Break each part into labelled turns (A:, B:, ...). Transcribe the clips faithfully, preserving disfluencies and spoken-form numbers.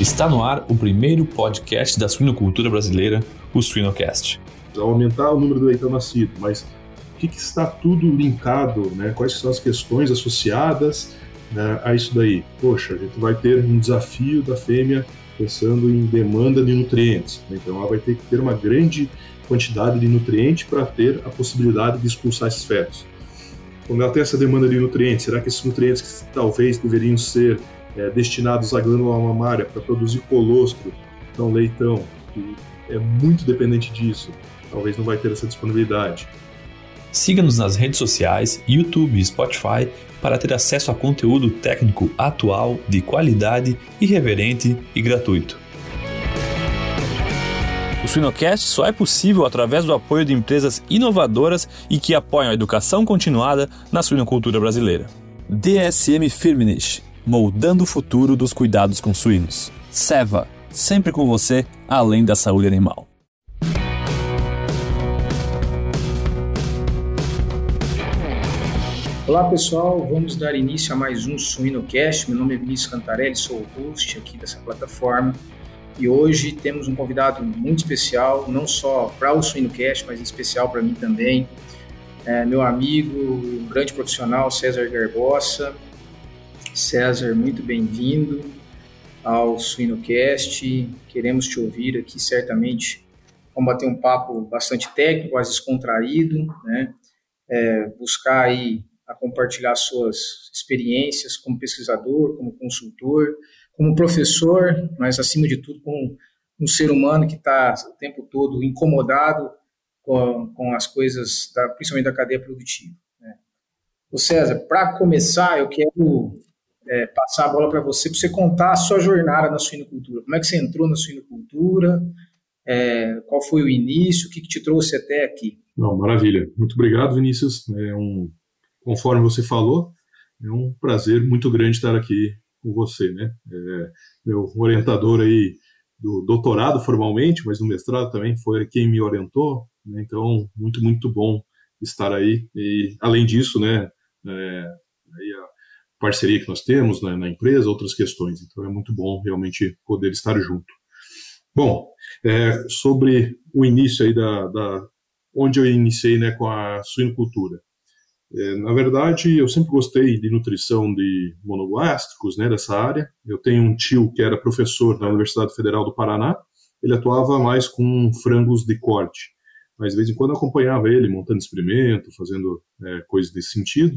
A: Está no ar o primeiro podcast da suinocultura brasileira, o Suinocast.
B: Aumentar o número do leitão nascido, mas o que, que está tudo linkado, né? Quais são as questões associadas, né, a isso daí? Poxa, a gente vai ter um desafio da fêmea pensando em demanda de nutrientes, né? Então ela vai ter que ter uma grande quantidade de nutriente para ter a possibilidade de expulsar esses fetos. Quando ela tem essa demanda de nutrientes, será que esses nutrientes que talvez deveriam ser é, destinados à glândula mamária para produzir colostro, então leitão, que é muito dependente disso, talvez não vai ter essa disponibilidade.
A: Siga-nos nas redes sociais, YouTube e Spotify para ter acesso a conteúdo técnico atual, de qualidade, irreverente e gratuito. O Suinocast só é possível através do apoio de empresas inovadoras e que apoiam a educação continuada na suinocultura brasileira. D S M Firmenich, moldando o futuro dos cuidados com suínos. Seva, sempre com você, além da saúde animal.
C: Olá pessoal, vamos dar início a mais um Suinocast. Meu nome é Vinícius Cantarelli, sou o host aqui dessa plataforma. E hoje temos um convidado muito especial, não só para o Suinocast, mas em especial para mim também. É, meu amigo, um grande profissional, César Garbosa. César, muito bem-vindo ao Suinocast. Queremos te ouvir aqui, certamente. Vamos bater um papo bastante técnico, quase descontraído, né? É, buscar aí a compartilhar suas experiências como pesquisador, como consultor, como professor, mas acima de tudo como um ser humano que está o tempo todo incomodado com, com as coisas, da, principalmente da cadeia produtiva, né? Ô César, para começar, eu quero é, passar a bola para você, para você contar a sua jornada na suinocultura. Como é que você entrou na suinocultura? É, qual foi o início? O que, que te trouxe até aqui?
B: Não, maravilha. Muito obrigado, Vinícius. É um, conforme você falou, é um prazer muito grande estar aqui com você, né? É, meu orientador aí do doutorado formalmente, mas no mestrado também foi quem me orientou, né? Então, muito, muito bom estar aí. E, além disso, né, é, aí a parceria que nós temos, né, na empresa, outras questões. Então, é muito bom realmente poder estar junto. Bom, é, sobre o início aí da, da onde eu iniciei, né, com a suinocultura. É, na verdade, eu sempre gostei de nutrição de monogástricos, né, dessa área. Eu tenho um tio que era professor na Universidade Federal do Paraná. Ele atuava mais com frangos de corte, mas de vez em quando eu acompanhava ele montando experimento, fazendo é, coisas desse sentido.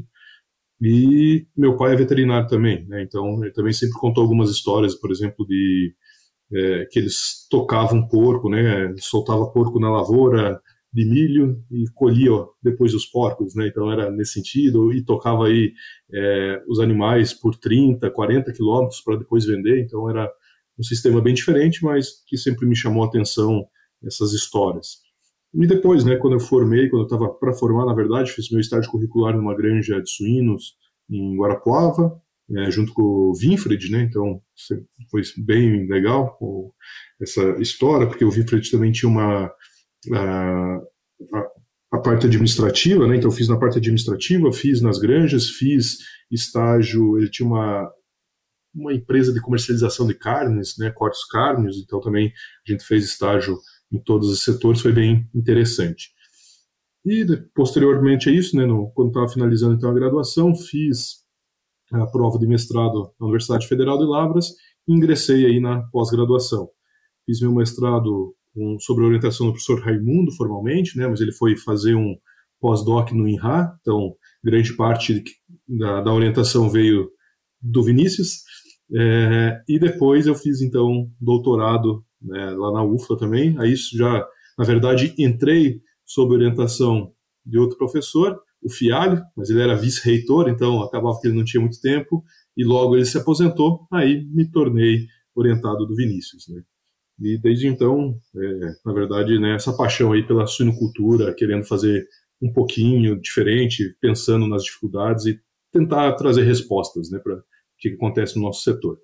B: E meu pai é veterinário também, né, então ele também sempre contou algumas histórias, por exemplo, de é, que eles tocavam porco, né, soltava porco na lavoura de milho e colhia ó, depois os porcos, né? Então era nesse sentido, e tocava aí é, os animais por trinta, quarenta quilômetros para depois vender, então era um sistema bem diferente, mas que sempre me chamou a atenção essas histórias. E depois, né, quando eu formei, quando eu estava para formar, na verdade, fiz meu estágio curricular numa granja de suínos em Guarapuava, é, junto com o Winfried, né? Então foi bem legal essa história, porque o Winfried também tinha uma A, a, a parte administrativa, né? Então fiz na parte administrativa, fiz nas granjas, fiz estágio, ele tinha uma, uma empresa de comercialização de carnes, né? Cortes cárneos, então também a gente fez estágio em todos os setores, foi bem interessante. E posteriormente a isso, né, no, quando estava finalizando então a graduação, fiz a prova de mestrado na Universidade Federal de Lavras e ingressei aí na pós-graduação. Fiz meu mestrado Um, sobre a orientação do professor Raimundo, formalmente, né, mas ele foi fazer um pós-doc no I N R A, então grande parte da, da orientação veio do Vinícius, é, e depois eu fiz, então, doutorado, né, lá na U F L A também. Aí isso já, na verdade, entrei sob orientação de outro professor, o Fialho, mas ele era vice-reitor, então acabava que ele não tinha muito tempo, e logo ele se aposentou, aí me tornei orientado do Vinícius, né. E desde então, é, na verdade, né, essa paixão aí pela suinocultura, querendo fazer um pouquinho diferente, pensando nas dificuldades e tentar trazer respostas, né, para o que acontece no nosso setor.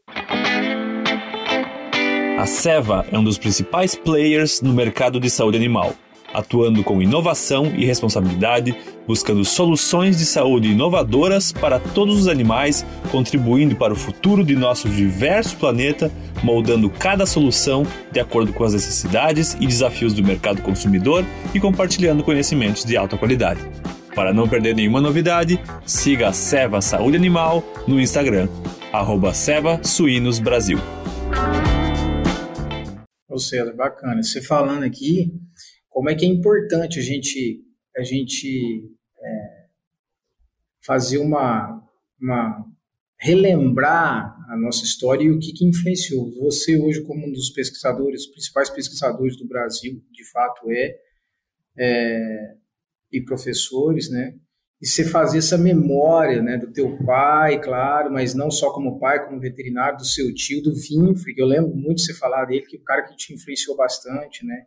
A: A Seva é um dos principais players no mercado de saúde animal. atuando com inovação e responsabilidade, buscando soluções de saúde inovadoras para todos os animais, contribuindo para o futuro de nosso diverso planeta, moldando cada solução de acordo com as necessidades e desafios do mercado consumidor e compartilhando conhecimentos de alta qualidade. Para não perder nenhuma novidade, siga a Seva Saúde Animal no Instagram, arroba Seva Suínos Brasil.
C: Ou seja, bacana. Você falando aqui, como é que é importante a gente, a gente é, fazer uma, uma... relembrar a nossa história e o que, que influenciou. Você hoje, como um dos pesquisadores, principais pesquisadores do Brasil, de fato é, é e professores, né? E você fazer essa memória, né, do teu pai, claro, mas não só como pai, como veterinário, do seu tio, do Winfrey, que eu lembro muito de você falar dele, que é o cara que te influenciou bastante, né?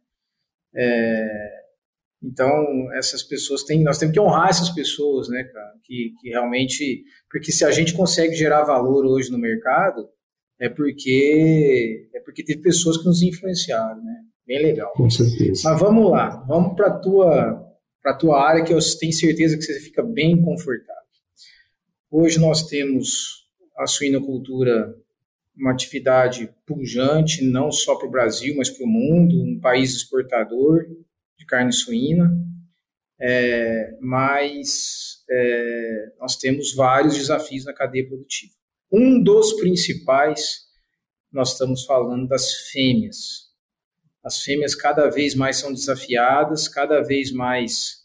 C: É, então, essas pessoas têm, nós temos que honrar essas pessoas, né, cara, que, que realmente, porque se a gente consegue gerar valor hoje no mercado, é porque, é porque teve pessoas que nos influenciaram, né? Bem legal.
B: Com certeza.
C: Mas vamos lá, vamos para a tua... para a tua área, que eu tenho certeza que você fica bem confortável. Hoje nós temos a suinocultura, uma atividade pujante, não só para o Brasil, mas para o mundo, um país exportador de carne suína, é, mas é, nós temos vários desafios na cadeia produtiva. Um dos principais, nós estamos falando das fêmeas. As fêmeas cada vez mais são desafiadas, cada vez mais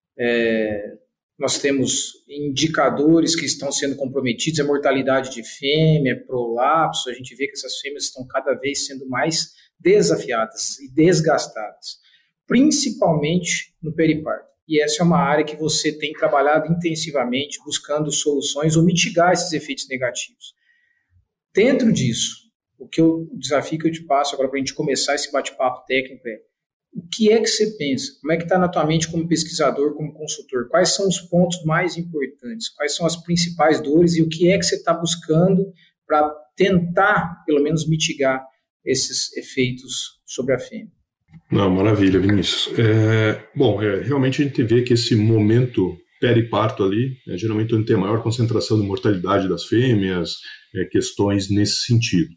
C: é, nós temos indicadores que estão sendo comprometidos, a mortalidade de fêmea, prolapso, a gente vê que essas fêmeas estão cada vez sendo mais desafiadas e desgastadas, principalmente no periparto. E essa é uma área que você tem trabalhado intensivamente, buscando soluções ou mitigar esses efeitos negativos. Dentro disso, o, que eu, o desafio que eu te passo agora para a gente começar esse bate-papo técnico é: o que é que você pensa? Como é que está na tua mente como pesquisador, como consultor? Quais são os pontos mais importantes? Quais são as principais dores e o que é que você está buscando para tentar, pelo menos, mitigar esses efeitos sobre a fêmea?
B: Não, maravilha, Vinícius. É, bom, é, realmente a gente vê que esse momento periparto ali, é, geralmente onde tem a maior concentração de mortalidade das fêmeas, é, questões nesse sentido.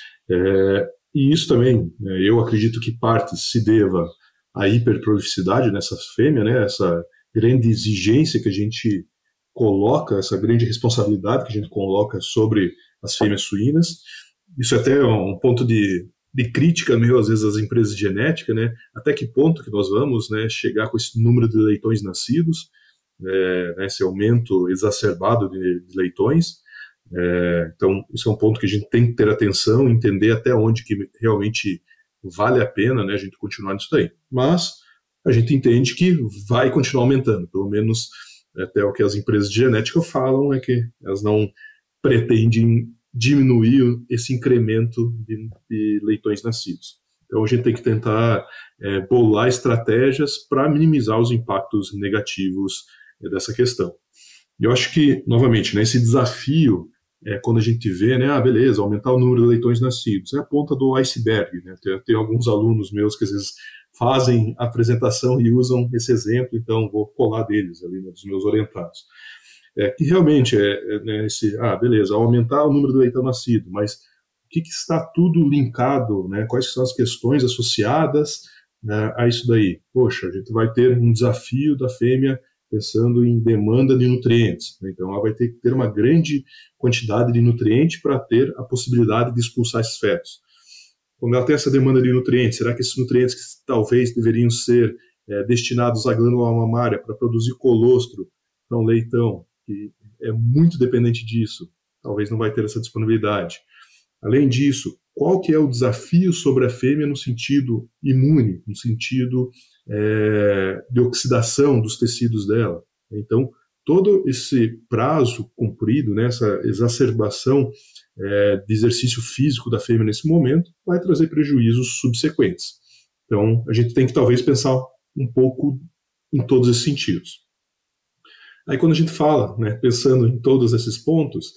B: É, e isso também, é, eu acredito que parte se deva à hiperprolificidade nessa fêmea, né, essa grande exigência que a gente coloca, essa grande responsabilidade que a gente coloca sobre as fêmeas suínas. Isso é até um ponto de, de crítica meu, às vezes, às empresas de genética, né, até que ponto que nós vamos, né, chegar com esse número de leitões nascidos, é, né, esse aumento exacerbado de, de leitões. É, então, isso é um ponto que a gente tem que ter atenção, entender até onde que realmente vale a pena, né, a gente continuar nisso daí. Mas a gente entende que vai continuar aumentando, pelo menos até o que as empresas de genética falam é que elas não pretendem diminuir esse incremento de, de leitões nascidos. Então a gente tem que tentar é, bolar estratégias para minimizar os impactos negativos é, dessa questão. E eu acho que, novamente, né, esse desafio, é, quando a gente vê, né, ah, beleza, aumentar o número de leitões nascidos, é a ponta do iceberg. Né? Tem, tem alguns alunos meus que às vezes fazem a apresentação e usam esse exemplo, então vou colar deles ali, né, dos meus orientados. É, que realmente é, é né, esse, ah, beleza, aumentar o número de leitão nascido, mas o que, que está tudo linkado, né, quais são as questões associadas, né, a isso daí? Poxa, a gente vai ter um desafio da fêmea pensando em demanda de nutrientes, né? Então ela vai ter que ter uma grande quantidade de nutrientes para ter a possibilidade de expulsar esses fetos. Quando ela tem essa demanda de nutrientes, será que esses nutrientes que talvez deveriam ser é, destinados à glândula mamária para produzir colostro para um leitão, que é muito dependente disso, talvez não vai ter essa disponibilidade. Além disso, qual que é o desafio sobre a fêmea no sentido imune, no sentido é, de oxidação dos tecidos dela? Então, todo esse prazo cumprido, né, essa exacerbação é, de exercício físico da fêmea nesse momento, vai trazer prejuízos subsequentes. Então, a gente tem que talvez pensar um pouco em todos esses sentidos. Aí, quando a gente fala, né, pensando em todos esses pontos,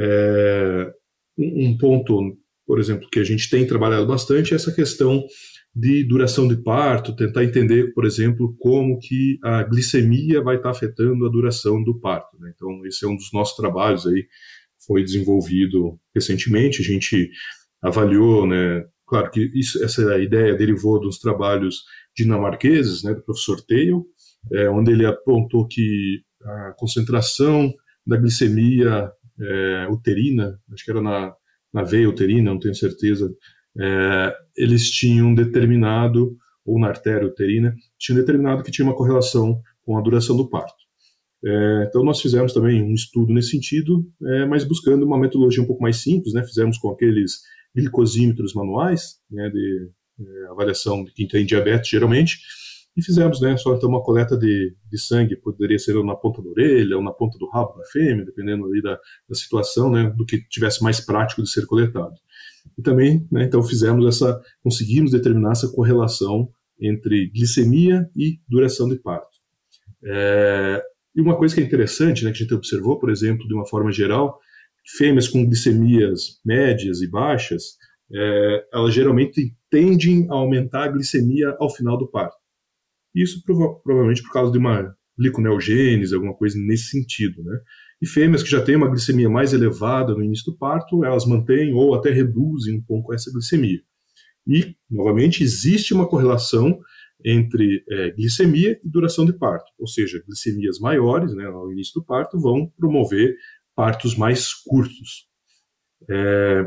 B: é, um ponto, por exemplo, que a gente tem trabalhado bastante é essa questão de duração de parto, tentar entender, por exemplo, como que a glicemia vai estar afetando a duração do parto, né? Então, esse é um dos nossos trabalhos aí, foi desenvolvido recentemente, a gente avaliou, né, claro que isso, essa ideia derivou dos trabalhos dinamarqueses, né, do professor Theo, é, onde ele apontou que a concentração da glicemia é, uterina, acho que era na, na veia uterina, não tenho certeza, é, eles tinham determinado, ou na artéria uterina, tinham determinado que tinha uma correlação com a duração do parto. É, então nós fizemos também um estudo nesse sentido, é, mas buscando uma metodologia um pouco mais simples, né, fizemos com aqueles glicosímetros manuais, né, de é, avaliação de quem tem diabetes geralmente, e fizemos, né, só então uma coleta de, de sangue, poderia ser na ponta da orelha ou na ponta do rabo da fêmea, dependendo ali da, da situação, né, do que tivesse mais prático de ser coletado. E também, né, então fizemos essa, conseguimos determinar essa correlação entre glicemia e duração de parto. É, e uma coisa que é interessante, né, que a gente observou, por exemplo, de uma forma geral, fêmeas com glicemias médias e baixas, é, elas geralmente tendem a aumentar a glicemia ao final do parto. Isso prova- provavelmente por causa de uma gliconeogênese, alguma coisa nesse sentido, né? E fêmeas que já têm uma glicemia mais elevada no início do parto, elas mantêm ou até reduzem um pouco essa glicemia. E, novamente, existe uma correlação entre é, glicemia e duração de parto, ou seja, glicemias maiores, né, ao início do parto, vão promover partos mais curtos. É,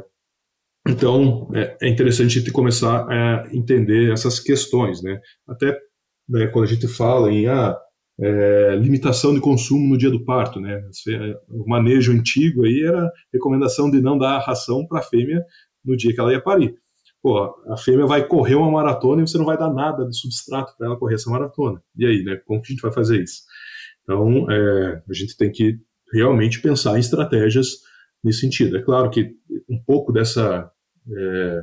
B: então, é, é interessante a gente começar a entender essas questões, né? Até né, quando a gente fala em ah, é, limitação de consumo no dia do parto, né? O manejo antigo aí era recomendação de não dar ração para a fêmea no dia que ela ia parir. Pô, a fêmea vai correr uma maratona e você não vai dar nada de substrato para ela correr essa maratona. E aí, né? Como que a gente vai fazer isso? Então, é, a gente tem que realmente pensar em estratégias nesse sentido. É claro que um pouco dessa é,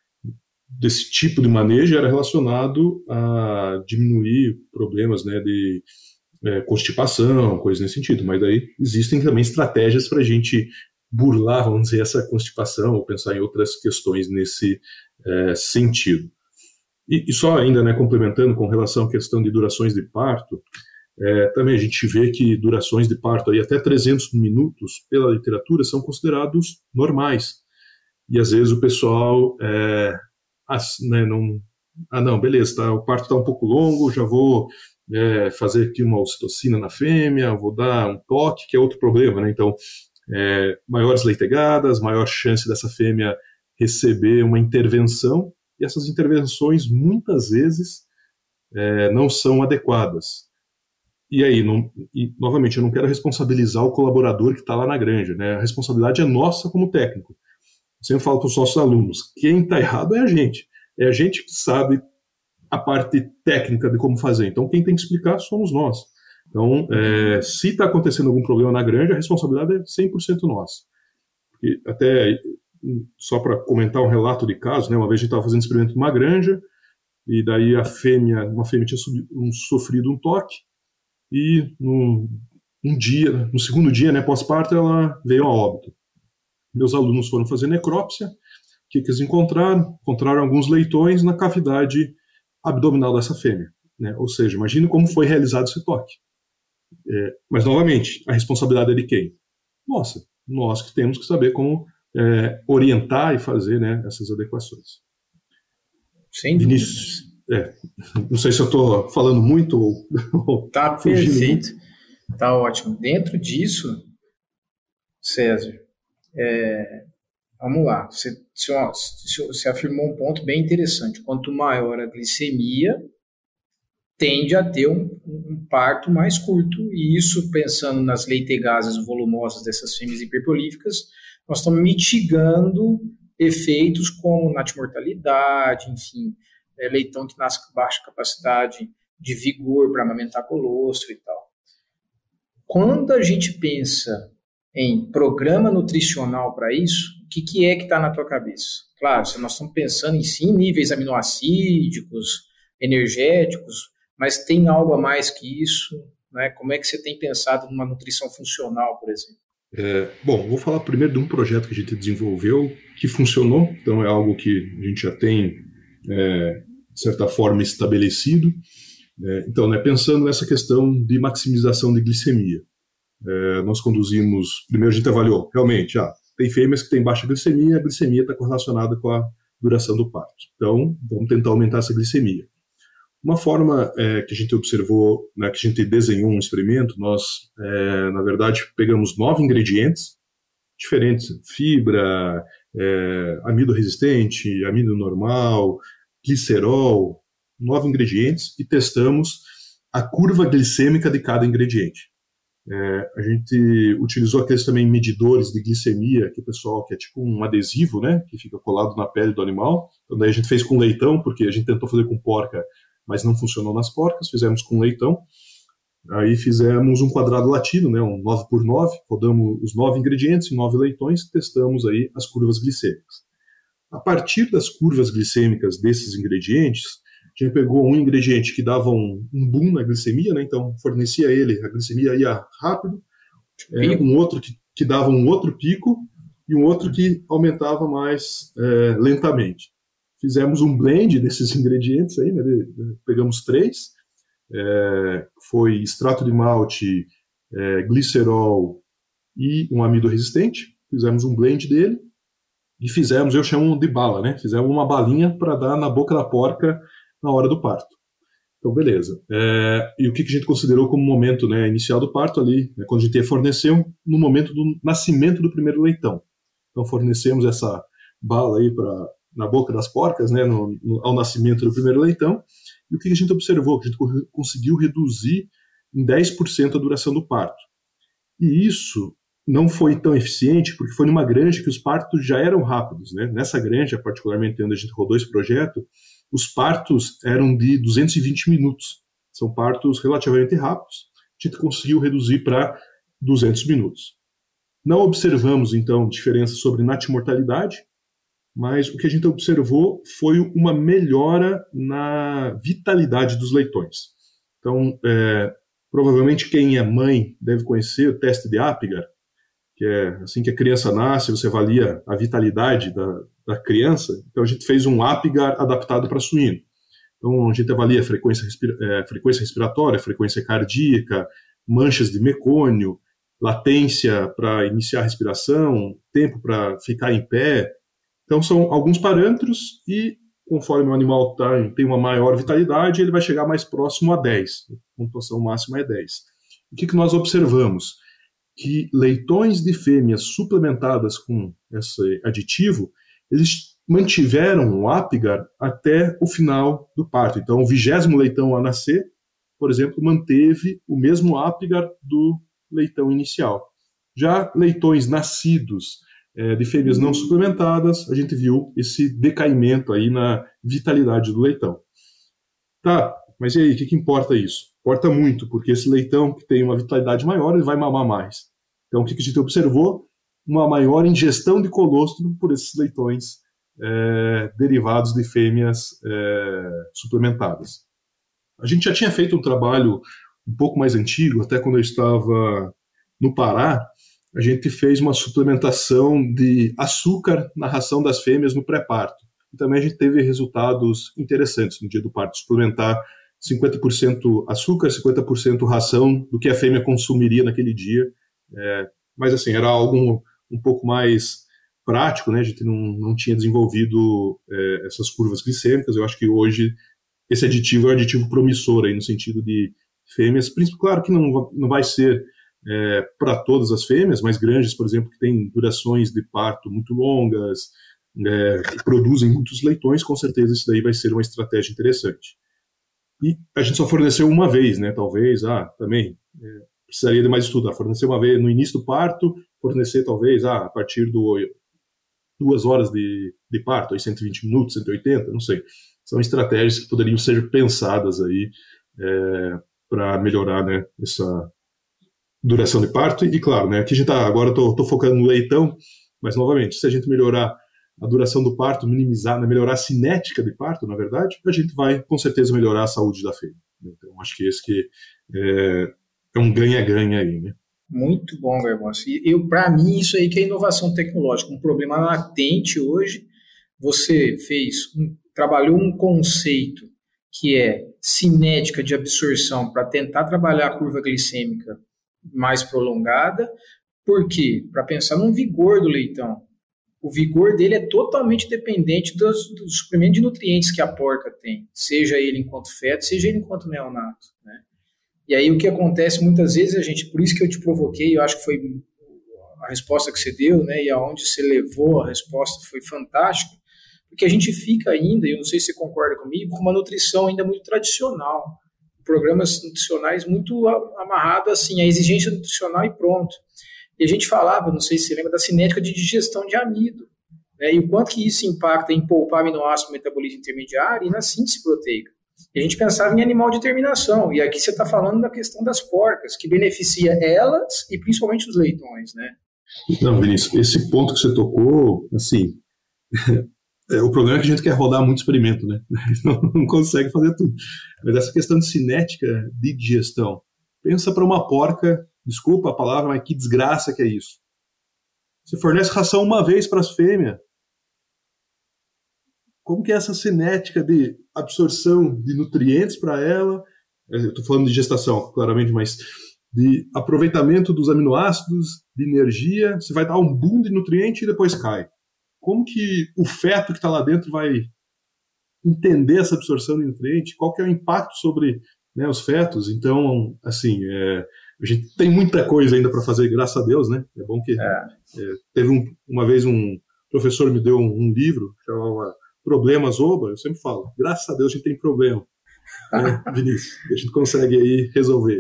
B: desse tipo de manejo era relacionado a diminuir problemas, né, de é, constipação, coisas nesse sentido, mas daí existem também estratégias para a gente burlar, vamos dizer, essa constipação ou pensar em outras questões nesse é, sentido. E, e só ainda, né, complementando com relação à questão de durações de parto, é, também a gente vê que durações de parto aí até trezentos minutos pela literatura são considerados normais. E às vezes o pessoal é, as, né, não, ah não, beleza, tá, o parto está um pouco longo, já vou é, fazer aqui uma ocitocina na fêmea, vou dar um toque, que é outro problema, né? Então, é, maiores leitegadas, maior chance dessa fêmea receber uma intervenção, e essas intervenções muitas vezes é, não são adequadas. E aí, não, e, novamente, eu não quero responsabilizar o colaborador que está lá na granja, né? A responsabilidade é nossa como técnico. Eu sempre falo para os nossos alunos, quem está errado é a gente. É a gente que sabe a parte técnica de como fazer. Então, quem tem que explicar somos nós. Então, é, se está acontecendo algum problema na granja, a responsabilidade é cem por cento nossa. Porque até, só para comentar um relato de caso, né, uma vez a gente estava fazendo experimento numa granja, e daí a fêmea, uma fêmea tinha subido, um, sofrido um toque, e no um dia, no segundo dia, né, pós-parto, ela veio a óbito. Meus alunos foram fazer necrópsia. O que, que eles encontraram? Encontraram alguns leitões na cavidade abdominal dessa fêmea, né? Ou seja, imagine como foi realizado esse toque. É, mas, novamente, a responsabilidade é de quem? Nossa, nós que temos que saber como é, orientar e fazer, né, essas adequações.
C: Sem Vinícius,
B: é, não sei se eu estou falando muito ou...
C: Tá perfeito, tá ótimo. Dentro disso, César, é, vamos lá, você, você, você afirmou um ponto bem interessante. Quanto maior a glicemia, tende a ter um, um parto mais curto, e isso, pensando nas leitegases volumosas dessas fêmeas hiperprolíficas, nós estamos mitigando efeitos como natimortalidade, enfim, é, leitão que nasce com baixa capacidade de vigor para amamentar colostro e tal. Quando a gente pensa em programa nutricional para isso, o que, que é que está na tua cabeça? Claro, se nós estamos pensando em sim níveis aminoácidos, energéticos, mas tem algo a mais que isso, né? Como é que você tem pensado numa nutrição funcional, por exemplo?
B: É, bom, vou falar primeiro de um projeto que a gente desenvolveu que funcionou, então é algo que a gente já tem é, de certa forma, estabelecido. É, então, né, pensando nessa questão de maximização de glicemia, é, nós conduzimos, primeiro a gente avaliou, realmente, ah, tem fêmeas que têm baixa glicemia, a glicemia está correlacionada com a duração do parto. Então, vamos tentar aumentar essa glicemia. Uma forma é, que a gente observou, né, que a gente desenhou um experimento, nós, é, na verdade, pegamos nove ingredientes diferentes, fibra, é, amido resistente, amido normal, glicerol, nove ingredientes, e testamos a curva glicêmica de cada ingrediente. É, a gente utilizou aqueles também medidores de glicemia, que o pessoal, que é tipo um adesivo, né, que fica colado na pele do animal. Então daí a gente fez com leitão, porque a gente tentou fazer com porca, mas não funcionou nas porcas, fizemos com leitão. Aí fizemos um quadrado latido, né, um nove por nove, rodamos os nove ingredientes em nove leitões, testamos aí as curvas glicêmicas. A partir das curvas glicêmicas desses ingredientes, a gente pegou um ingrediente que dava um, um boom na glicemia, né, então fornecia ele, a glicemia ia rápido, é, um outro que, que dava um outro pico e um outro que aumentava mais é, lentamente. Fizemos um blend desses ingredientes aí, né, de, de, pegamos três, é, foi extrato de malte, é, glicerol e um amido resistente. Fizemos um blend dele e fizemos, eu chamo de bala, né? Fizemos uma balinha para dar na boca da porca na hora do parto. Então, beleza. É, e o que a gente considerou como momento, né, inicial do parto ali, né, quando a gente forneceu no momento do nascimento do primeiro leitão. Então, fornecemos essa bala aí pra, na boca das porcas, né, no, no, ao nascimento do primeiro leitão. E o que a gente observou? Que a gente conseguiu reduzir em dez por cento a duração do parto. E isso não foi tão eficiente porque foi numa granja que os partos já eram rápidos, né? Nessa granja, particularmente onde a gente rodou esse projeto, os partos eram de duzentos e vinte minutos. São partos relativamente rápidos. A gente conseguiu reduzir para duzentos minutos. Não observamos, então, diferença sobre natimortalidade, mas o que a gente observou foi uma melhora na vitalidade dos leitões. Então, é, provavelmente quem é mãe deve conhecer o teste de Apgar, que é assim que a criança nasce, você avalia a vitalidade da, da criança. Então, a gente fez um Apgar adaptado para suíno. Então, a gente avalia a frequência, respira- é, frequência respiratória, frequência cardíaca, manchas de mecônio, latência para iniciar a respiração, tempo para ficar em pé. Então, são alguns parâmetros e, conforme o animal tá, tem uma maior vitalidade, ele vai chegar mais próximo a dez. A pontuação máxima é dez. O que, que nós observamos? Que leitões de fêmeas suplementadas com esse aditivo, eles mantiveram o Apgar até o final do parto. Então, o vigésimo leitão a nascer, por exemplo, manteve o mesmo Apgar do leitão inicial. Já leitões nascidos é, de fêmeas não suplementadas, a gente viu esse decaimento aí na vitalidade do leitão. Tá, mas e aí, o que, que importa isso? Importa muito, porque esse leitão que tem uma vitalidade maior, ele vai mamar mais. Então, o que, que a gente observou? Uma maior ingestão de colostro por esses leitões é, derivados de fêmeas é, suplementadas. A gente já tinha feito um trabalho um pouco mais antigo, até quando eu estava no Pará, a gente fez uma suplementação de açúcar na ração das fêmeas no pré-parto. E também a gente teve resultados interessantes no dia do parto, suplementar cinquenta por cento açúcar, cinquenta por cento ração do que a fêmea consumiria naquele dia. É, mas assim, era algo um pouco mais prático, né? A gente não, não tinha desenvolvido é, essas curvas glicêmicas. Eu acho que hoje esse aditivo é um aditivo promissor aí, no sentido de fêmeas, claro que não, não vai ser é, para todas as fêmeas, mas granjas, por exemplo, que têm durações de parto muito longas, é, que produzem muitos leitões, com certeza isso daí vai ser uma estratégia interessante. E a gente só forneceu uma vez, né? Talvez, ah, também é, precisaria de mais estudo. Ah, fornecer uma vez no início do parto, fornecer talvez ah, a partir do duas horas de, de parto, aí cento e vinte minutos, cento e oitenta, não sei. São estratégias que poderiam ser pensadas aí é, para melhorar, né, essa duração de parto. E, claro, né, aqui a gente tá, agora estou focando no leitão, mas, novamente, se a gente melhorar a duração do parto, minimizar, né, melhorar a cinética de parto, na verdade, a gente vai, com certeza, melhorar a saúde da fêmea. Então, acho que esse que é, é um ganha-ganha aí, né?
C: Muito bom, Garbosa. E para mim, isso aí que é inovação tecnológica. Um problema latente hoje, você fez, um, trabalhou um conceito que é cinética de absorção para tentar trabalhar a curva glicêmica mais prolongada. Por quê? Para pensar no vigor do leitão. O vigor dele é totalmente dependente dos, do suprimento de nutrientes que a porca tem, seja ele enquanto feto, seja ele enquanto neonato, né? E aí o que acontece muitas vezes, a gente, por isso que eu te provoquei, eu acho que foi a resposta que você deu, né, e aonde você levou a resposta foi fantástica, porque a gente fica ainda, e eu não sei se você concorda comigo, com uma nutrição ainda muito tradicional, programas nutricionais muito amarrados assim, a exigência nutricional e pronto. E a gente falava, não sei se você lembra, da cinética de digestão de amido, né, e o quanto que isso impacta em poupar aminoácido no metabolismo intermediário e na síntese proteica. E a gente pensava em animal de terminação, e aqui você está falando da questão das porcas, que beneficia elas e principalmente os leitões, né?
B: Não, Vinícius, esse ponto que você tocou, assim, é, o problema é que a gente quer rodar muito experimento, né? Não, não consegue fazer tudo. Mas essa questão de cinética de digestão, pensa para uma porca, desculpa a palavra, mas que desgraça que é isso. Você fornece ração uma vez para as fêmeas. Como que é essa cinética de absorção de nutrientes para ela? Eu estou falando de gestação, claramente, mas de aproveitamento dos aminoácidos, de energia. Você vai dar um boom de nutriente e depois cai. Como que o feto que está lá dentro vai entender essa absorção de nutriente? Qual que é o impacto sobre, né, os fetos? Então, assim, é, a gente tem muita coisa ainda para fazer, graças a Deus, né? É bom que... É. É, teve um, uma vez um professor me deu um, um livro, chamava Problemas Oba, eu sempre falo, graças a Deus a gente tem problema, né, Vinícius? A gente consegue aí resolver.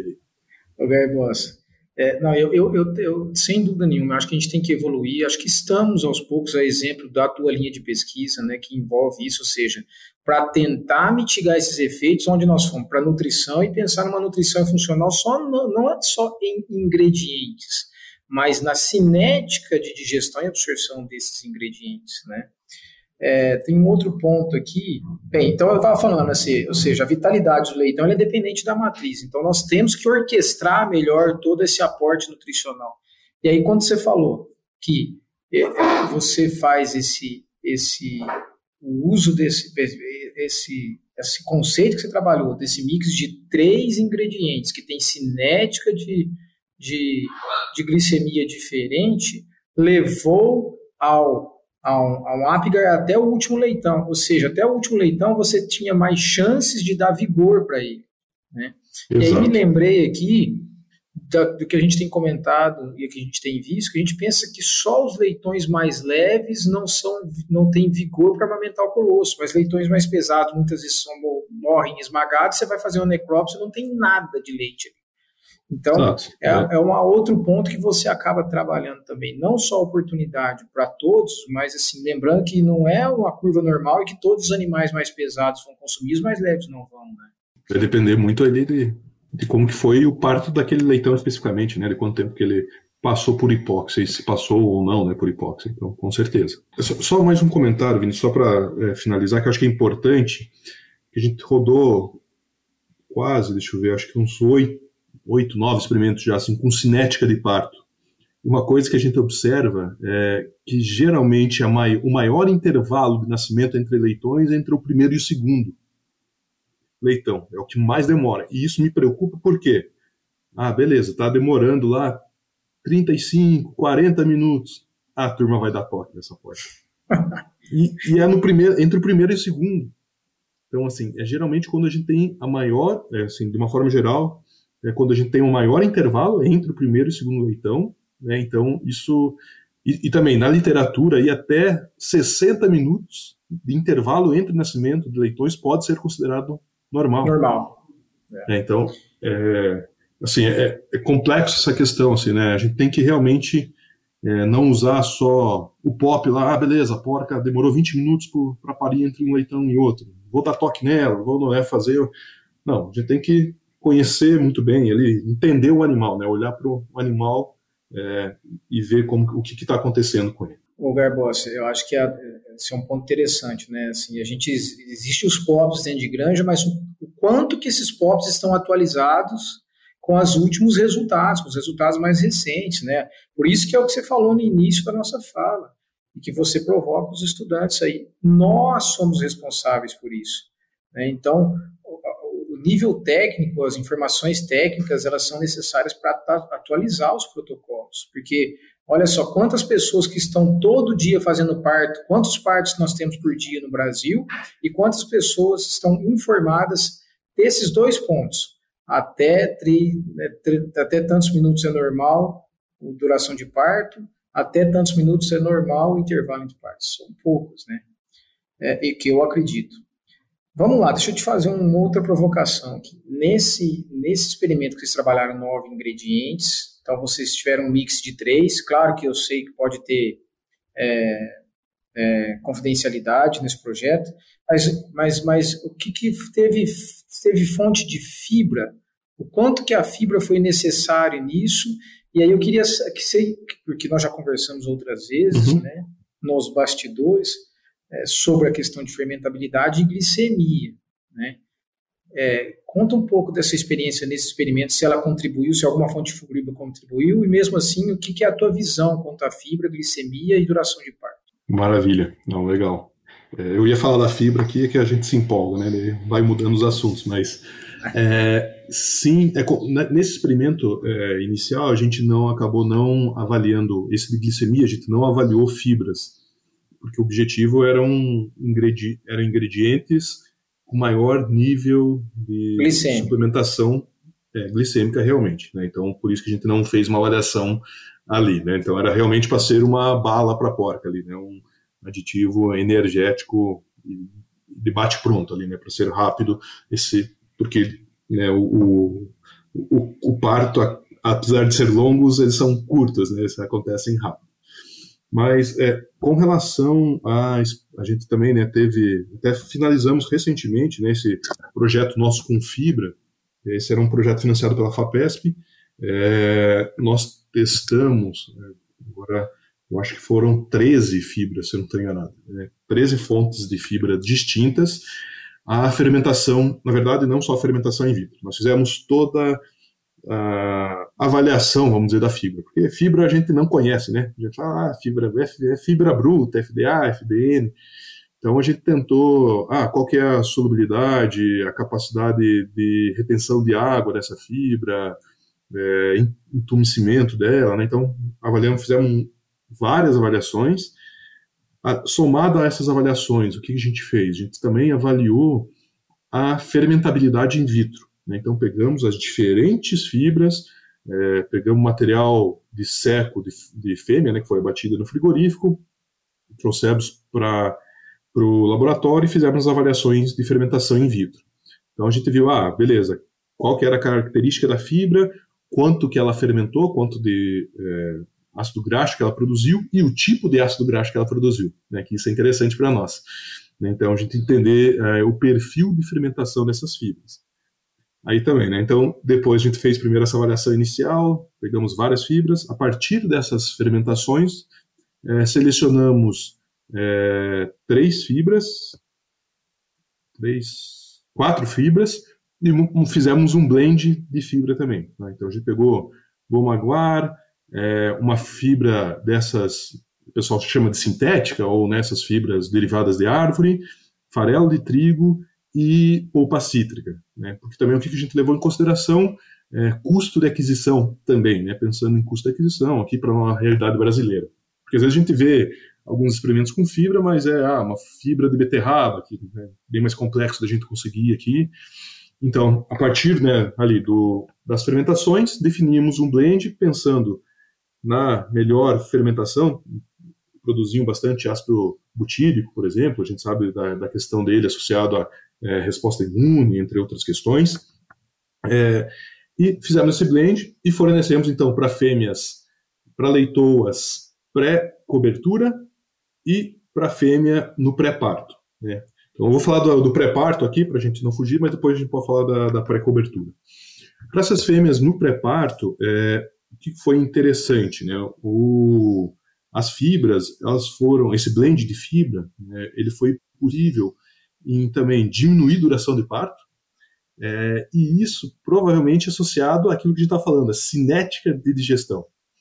C: O Garbosa, é, não, eu, eu, eu, eu, sem dúvida nenhuma, acho que a gente tem que evoluir, acho que estamos aos poucos, a exemplo da tua linha de pesquisa, né, que envolve isso, ou seja, para tentar mitigar esses efeitos, onde nós fomos para a nutrição e pensar numa nutrição funcional só, não, não é só em ingredientes, mas na cinética de digestão e absorção desses ingredientes, né? É, tem um outro ponto aqui. Bem, então eu estava falando assim, ou seja, a vitalidade do leitão é dependente da matriz, então nós temos que orquestrar melhor todo esse aporte nutricional. E aí quando você falou que você faz esse, esse o uso desse esse, esse conceito que você trabalhou, desse mix de três ingredientes que tem cinética de, de, de glicemia diferente, levou ao a um, a um Apgar até o último leitão, ou seja, até o último leitão você tinha mais chances de dar vigor para ele, né? E aí me lembrei aqui da, do que a gente tem comentado e que a gente tem visto, que a gente pensa que só os leitões mais leves não, são, não têm vigor para amamentar o colosso, mas leitões mais pesados muitas vezes são, morrem esmagados, você vai fazer uma necrópsia, não tem nada de leite ali. Então, Exato, é, é. é um outro ponto que você acaba trabalhando também, não só oportunidade para todos, mas assim, lembrando que não é uma curva normal e que todos os animais mais pesados vão consumir, os mais leves não vão, né?
B: Vai depender muito ali de, de como que foi o parto daquele leitão especificamente, né? De quanto tempo que ele passou por hipóxia, e se passou ou não, né, por hipóxia, então, com certeza. Só, só mais um comentário, Vinícius, só para é, finalizar, que eu acho que é importante, que a gente rodou quase, deixa eu ver, acho que uns oito, oito, nove experimentos já, assim, com cinética de parto. Uma coisa que a gente observa é que, geralmente, a mai- o maior intervalo de nascimento entre leitões é entre o primeiro e o segundo leitão. É o que mais demora. E isso me preocupa por quê? Ah, beleza, está demorando lá trinta e cinco, quarenta minutos. Ah, a turma vai dar toque nessa porta. e, e é no primeiro, entre o primeiro e o segundo. Então, assim, é geralmente quando a gente tem a maior, é, assim, de uma forma geral, é quando a gente tem um maior intervalo entre o primeiro e o segundo leitão, né? Então, isso... E, e também, na literatura, e até sessenta minutos de intervalo entre nascimento de leitões pode ser considerado normal.
C: Normal.
B: É. É, então, é, assim, é, é complexo essa questão, assim, né? A gente tem que realmente é, não usar só o pop lá, ah, beleza, a porca demorou vinte minutos para parir entre um leitão e outro, vou dar toque nela, vou não é fazer... Não, a gente tem que conhecer muito bem, ele entender o animal, né? Olhar para o animal é, e ver como, o que está acontecendo com ele.
C: Ô, Garbosa, eu acho que é, esse é um ponto interessante, né? Assim, a gente, existe os P O Ps dentro de granja, mas o, o quanto que esses P O Ps estão atualizados com os últimos resultados, com os resultados mais recentes, né? Por isso que é o que você falou no início da nossa fala. e que você provoca os estudantes aí. Nós somos responsáveis por isso, né? Então, o nível técnico, as informações técnicas, elas são necessárias para atualizar os protocolos, porque olha só quantas pessoas que estão todo dia fazendo parto, quantos partos nós temos por dia no Brasil e quantas pessoas estão informadas desses dois pontos. Até, tri, tri, até tantos minutos é normal a duração de parto, até tantos minutos é normal o intervalo entre partos. São poucos, né? É, e que eu acredito. Vamos lá, deixa eu te fazer uma outra provocação aqui. Nesse, nesse experimento que vocês trabalharam nove ingredientes, então vocês tiveram um mix de três, claro que eu sei que pode ter é, é, confidencialidade nesse projeto, mas, mas, mas o que, que teve, teve fonte de fibra, o quanto que a fibra foi necessária nisso, e aí eu queria que você, porque nós já conversamos outras vezes, uhum. né, nos bastidores, é, sobre a questão de fermentabilidade e glicemia, né? É, conta um pouco dessa experiência nesse experimento, se ela contribuiu, se alguma fonte de fibra contribuiu, e mesmo assim, o que, que é a tua visão quanto à fibra, glicemia e duração de parto?
B: Maravilha, não, legal. É, eu ia falar da fibra aqui, que a gente se empolga, né? Ele vai mudando os assuntos, mas é, sim, é, nesse experimento é, inicial, a gente não acabou não avaliando esse de glicemia, a gente não avaliou fibras, porque o objetivo eram, ingredi eram ingredientes com maior nível de Glicêmico. suplementação é, glicêmica realmente, né? Então, por isso que a gente não fez uma avaliação ali, né? Então, era realmente para ser uma bala para porca ali, né? Um aditivo energético de bate-pronto ali, né? Para ser rápido, esse, porque né, o, o, o parto, apesar de ser longos, eles são curtos, né? Eles acontecem rápido. Mas é, com relação a a gente também né, teve, até finalizamos recentemente né, esse projeto nosso com fibra. Esse era um projeto financiado pela FAPESP. É, nós testamos, agora eu acho que foram treze fibras, se eu não estou enganado, né, treze fontes de fibra distintas. A fermentação, na verdade, não só a fermentação in vitro, nós fizemos toda a avaliação, vamos dizer, da fibra, porque fibra a gente não conhece, né? A gente fala, ah, fibra é fibra bruta, F D A, F D N. Então a gente tentou, ah, qual que é a solubilidade, a capacidade de retenção de água dessa fibra, é, entumecimento dela, né? Então avaliamos, fizemos várias avaliações. Somado a essas avaliações, o que a gente fez? A gente também avaliou a fermentabilidade in vitro. Então, pegamos as diferentes fibras, é, pegamos material de seco de, de fêmea, né, que foi abatida no frigorífico, trouxemos para o laboratório e fizemos as avaliações de fermentação in vitro. Então, a gente viu, ah, beleza, qual que era a característica da fibra, quanto que ela fermentou, quanto de é, ácido graxo que ela produziu e o tipo de ácido graxo que ela produziu, né, que isso é interessante para nós. Então, a gente entender é, o perfil de fermentação dessas fibras. Aí também, né? Então, depois a gente fez primeiro essa avaliação inicial, pegamos várias fibras. A partir dessas fermentações, é, selecionamos é, três fibras, três, quatro fibras, e fizemos um blend de fibra também. Né? Então, a gente pegou goma guar, é, uma fibra dessas, o pessoal chama de sintética, ou nessas né, fibras derivadas de árvore, farelo de trigo, e polpa cítrica, né? Porque também o que a gente levou em consideração é custo de aquisição também, né? Pensando em custo de aquisição aqui para uma realidade brasileira. Porque às vezes a gente vê alguns experimentos com fibra, mas é ah, uma fibra de beterraba, que é né, bem mais complexo da gente conseguir aqui. Então, a partir né, ali do, das fermentações, definimos um blend pensando na melhor fermentação. Produziam bastante ácido butírico, por exemplo, a gente sabe da, da questão dele associado a É, resposta imune, entre outras questões, é, e fizemos esse blend e fornecemos então para fêmeas, para leitoas pré-cobertura e para fêmea no pré-parto, né? Então eu vou falar do, do pré-parto aqui para a gente não fugir, mas depois a gente pode falar da, da pré-cobertura. Para essas fêmeas no pré-parto, é, o que foi interessante, né? O, as fibras, elas foram, esse blend de fibra, né, ele foi possível em também diminuir a duração de parto, é, e isso provavelmente associado àquilo que a gente está falando, a cinética de digestão.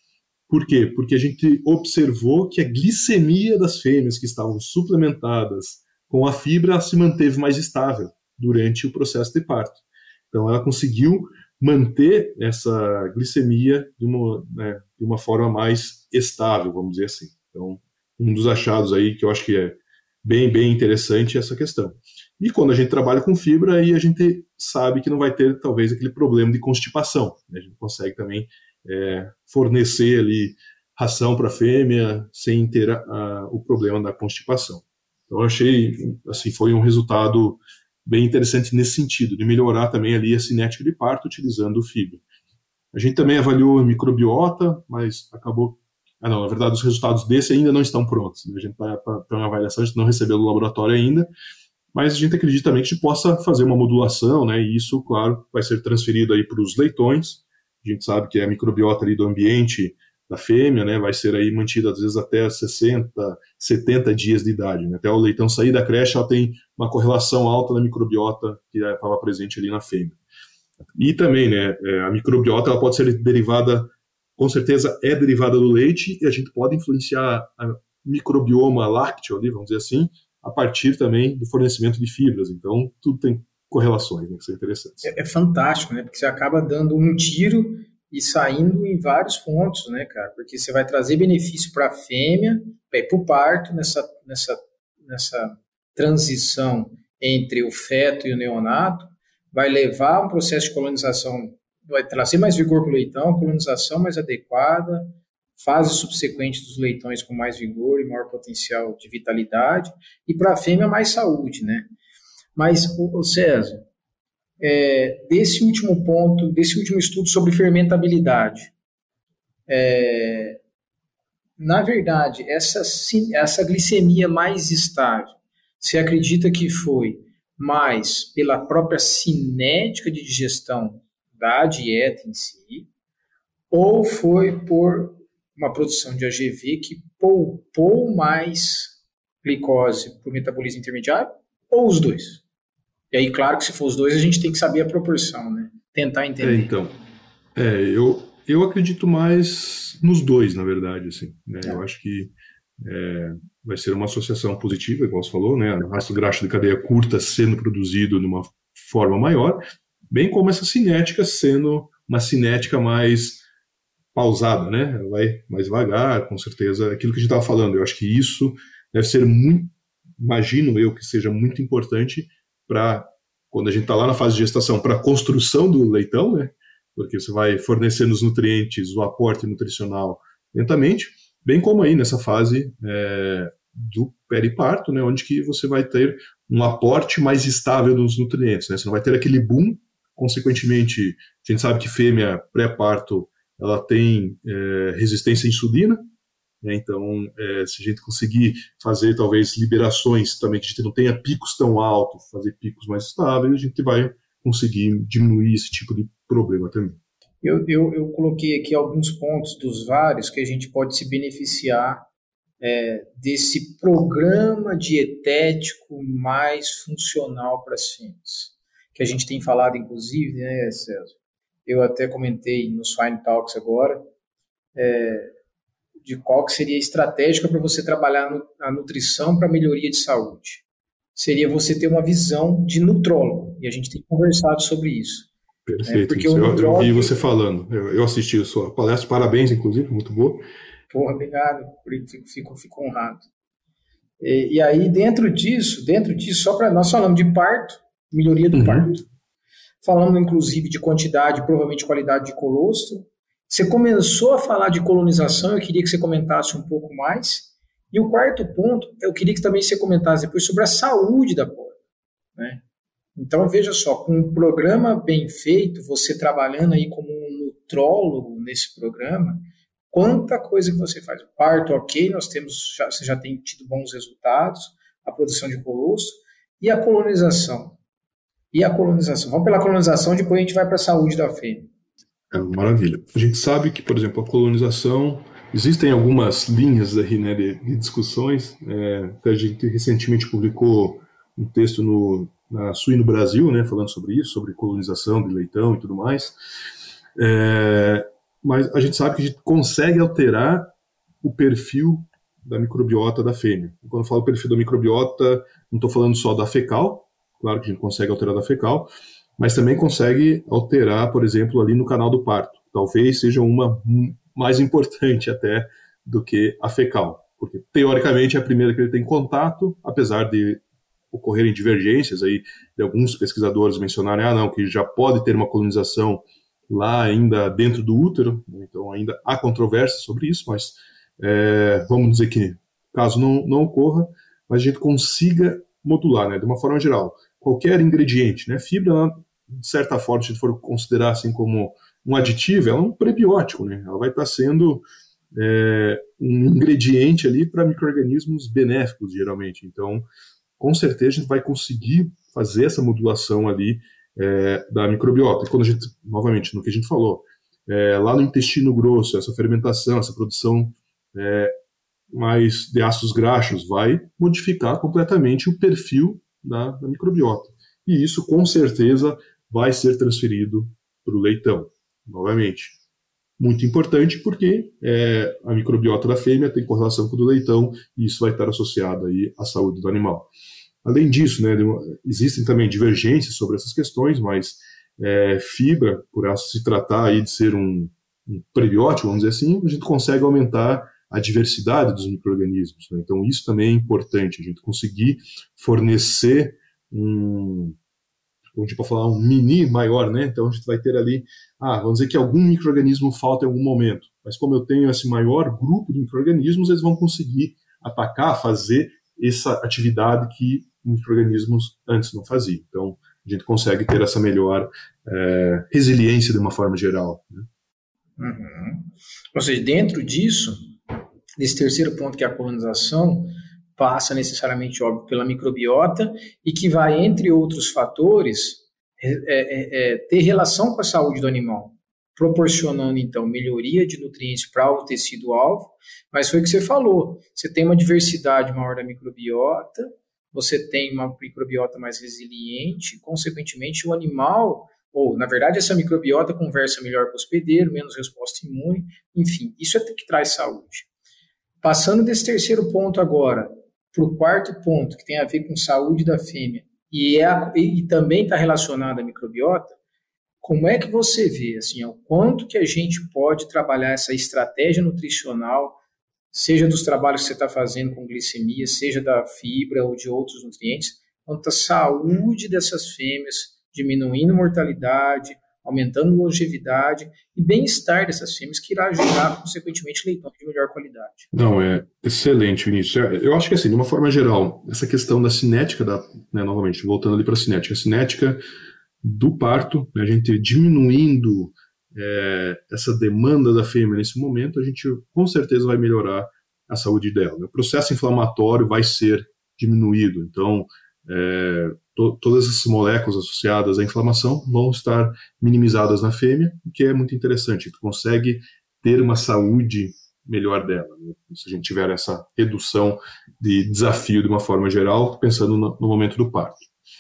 B: Por quê? Porque a gente observou que a glicemia das fêmeas que estavam suplementadas com a fibra se manteve mais estável durante o processo de parto. Então, ela conseguiu manter essa glicemia de uma, né, de uma forma mais estável, vamos dizer assim. Então, um dos achados aí que eu acho que é bem, bem interessante é essa questão. E quando a gente trabalha com fibra, aí a gente sabe que não vai ter, talvez, aquele problema de constipação, né? A gente consegue também é, fornecer ali ração para a fêmea sem ter a, a, o problema da constipação. Então, eu achei, assim, foi um resultado bem interessante nesse sentido, de melhorar também ali a cinética de parto utilizando fibra. A gente também avaliou a microbiota, mas acabou... Ah, não, na verdade, os resultados desse ainda não estão prontos, né? A gente está para uma avaliação, a gente não recebeu do laboratório ainda, mas a gente acredita também que a gente possa fazer uma modulação, né? E isso, claro, vai ser transferido aí para os leitões. A gente sabe que a microbiota ali do ambiente da fêmea, né, vai ser aí mantida às vezes até sessenta, setenta dias de idade, né? Até o leitão sair da creche, ela tem uma correlação alta na microbiota que estava presente ali na fêmea. E também, né, a microbiota ela pode ser derivada, com certeza é derivada do leite, e a gente pode influenciar a microbioma lácteo ali, vamos dizer assim, a partir também do fornecimento de fibras. Então, tudo tem correlações, né, que são interessantes.
C: É, é fantástico, né, porque você acaba dando um tiro e saindo em vários pontos, né, cara? Porque você vai trazer benefício para a fêmea, para o parto, nessa, nessa, nessa transição entre o feto e o neonato, vai levar a um processo de colonização, vai trazer mais vigor para o leitão, colonização mais adequada, fase subsequente dos leitões com mais vigor e maior potencial de vitalidade, e para a fêmea mais saúde, né? Mas, o César, É, desse último ponto, desse último estudo sobre fermentabilidade, é, na verdade, essa, essa glicemia mais estável, você acredita que foi mais pela própria cinética de digestão da dieta em si, ou foi por uma produção de A G V que poupou mais glicose para o metabolismo intermediário, ou os dois? E aí, claro que se for os dois, a gente tem que saber a proporção, né? Tentar entender.
B: É, então, é, eu, eu acredito mais nos dois, na verdade, assim, né? É. Eu acho que é, vai ser uma associação positiva, igual você falou, né? O ácido graxo de cadeia curta sendo produzido de uma forma maior, bem como essa cinética sendo uma cinética mais pausada, né? Ela vai mais devagar, com certeza, aquilo que a gente estava falando. Eu acho que isso deve ser muito, imagino eu que seja muito importante para, quando a gente está lá na fase de gestação, para a construção do leitão, né? Porque você vai fornecendo os nutrientes, o aporte nutricional lentamente, bem como aí nessa fase é, do periparto, né? Onde que você vai ter um aporte mais estável dos nutrientes, né? Você não vai ter aquele boom, consequentemente, a gente sabe que fêmea pré-parto, ela tem é, resistência à insulina, né? Então, é, se a gente conseguir fazer, talvez, liberações também, que a gente não tenha picos tão altos, fazer picos mais estáveis, a gente vai conseguir diminuir esse tipo de problema também.
C: Eu, eu, eu coloquei aqui alguns pontos dos vários que a gente pode se beneficiar é, desse programa dietético mais funcional para as fêmeas, que a gente tem falado, inclusive, né, César? Eu até comentei nos Fine Talks agora, é, de qual que seria a estratégia para você trabalhar no, a nutrição para melhoria de saúde. Seria você ter uma visão de nutrólogo, e a gente tem conversado sobre isso.
B: Perfeito, né? Porque eu, nutrólogo... eu vi você falando, eu, eu assisti a sua palestra, parabéns, inclusive, muito boa.
C: Porra, obrigado, fico, fico, fico honrado. E, e aí, dentro disso, dentro disso, só para nós falamos de parto, melhoria do uhum. parto. Falamos, inclusive, de quantidade, provavelmente qualidade de colostro. Você começou a falar de colonização, eu queria que você comentasse um pouco mais. E o quarto ponto, eu queria que também você comentasse depois sobre a saúde da porta, né? Então, veja só, com um programa bem feito, você trabalhando aí como um nutrólogo nesse programa, quanta coisa que você faz. O parto, ok, nós temos, já, você já tem tido bons resultados, a produção de colostro, e a colonização. E a colonização. Vamos pela colonização, depois a gente vai para a saúde da fêmea.
B: É, maravilha. A gente sabe que, por exemplo, a colonização, existem algumas linhas aí, né, de, de discussões. É, a gente recentemente publicou um texto no, na Suíno Brasil, né, falando sobre isso, sobre colonização de leitão e tudo mais. É, mas a gente sabe que a gente consegue alterar o perfil da microbiota da fêmea. Quando eu falo perfil da microbiota, não estou falando só da fecal, claro que a gente consegue alterar da fecal, mas também consegue alterar, por exemplo, ali no canal do parto. Talvez seja uma mais importante até do que a fecal, porque teoricamente é a primeira que ele tem contato, apesar de ocorrerem divergências aí, de alguns pesquisadores mencionarem, ah não, que já pode ter uma colonização lá ainda dentro do útero, então ainda há controvérsia sobre isso, mas é, vamos dizer que caso não, não ocorra, mas a gente consiga modular, né, de uma forma geral, qualquer ingrediente, né, fibra, de certa forma, se a gente for considerar assim como um aditivo, ela é um prebiótico, né, ela vai estar sendo é, um ingrediente ali para micro-organismos benéficos, geralmente, então com certeza a gente vai conseguir fazer essa modulação ali é, da microbiota. E quando a gente, novamente, no que a gente falou, é, lá no intestino grosso, essa fermentação, essa produção é, mais de ácidos graxos vai modificar completamente o perfil da, da microbiota. E isso, com certeza, vai ser transferido para o leitão, novamente. Muito importante porque é, a microbiota da fêmea tem correlação com o do leitão e isso vai estar associado aí à saúde do animal. Além disso, né, existem também divergências sobre essas questões, mas é, fibra, por ela se tratar aí de ser um, um prebiótico, vamos dizer assim, a gente consegue aumentar a diversidade dos micro-organismos, né? Então isso também é importante, a gente conseguir fornecer um, como a gente pode falar, um mini maior, né? Então a gente vai ter ali, ah, vamos dizer que algum micro-organismo falta em algum momento, mas como eu tenho esse maior grupo de micro-organismos, eles vão conseguir atacar, fazer essa atividade que micro-organismos antes não faziam. Então a gente consegue ter essa melhor é, resiliência de uma forma geral, né?
C: Uhum. Ou seja, dentro disso, desse terceiro ponto que é a colonização, passa necessariamente, óbvio, pela microbiota e que vai, entre outros fatores, é, é, é, ter relação com a saúde do animal, proporcionando, então, melhoria de nutrientes para o tecido-alvo, mas foi o que você falou, você tem uma diversidade maior da microbiota, você tem uma microbiota mais resiliente, consequentemente o animal, ou, na verdade, essa microbiota conversa melhor com o hospedeiro, menos resposta imune, enfim, isso é que traz saúde. Passando desse terceiro ponto agora, para o quarto ponto, que tem a ver com saúde da fêmea, e, é a, e, e também está relacionado à microbiota, como é que você vê, assim, o quanto que a gente pode trabalhar essa estratégia nutricional, seja dos trabalhos que você está fazendo com glicemia, seja da fibra ou de outros nutrientes, quanto à saúde dessas fêmeas, diminuindo mortalidade, aumentando longevidade e bem-estar dessas fêmeas, que irá gerar, consequentemente, leitão de melhor qualidade.
B: Não, é excelente, Vinícius. Eu acho que, assim, de uma forma geral, essa questão da cinética, da, né, novamente, voltando ali para a cinética, a cinética do parto, né, a gente diminuindo é, essa demanda da fêmea nesse momento, a gente com certeza vai melhorar a saúde dela. O processo inflamatório vai ser diminuído, então é, to, todas essas moléculas associadas à inflamação vão estar minimizadas na fêmea, o que é muito interessante, a gente consegue ter uma saúde melhor dela, né, se a gente tiver essa redução de desafio de uma forma geral, pensando no, no momento do parto.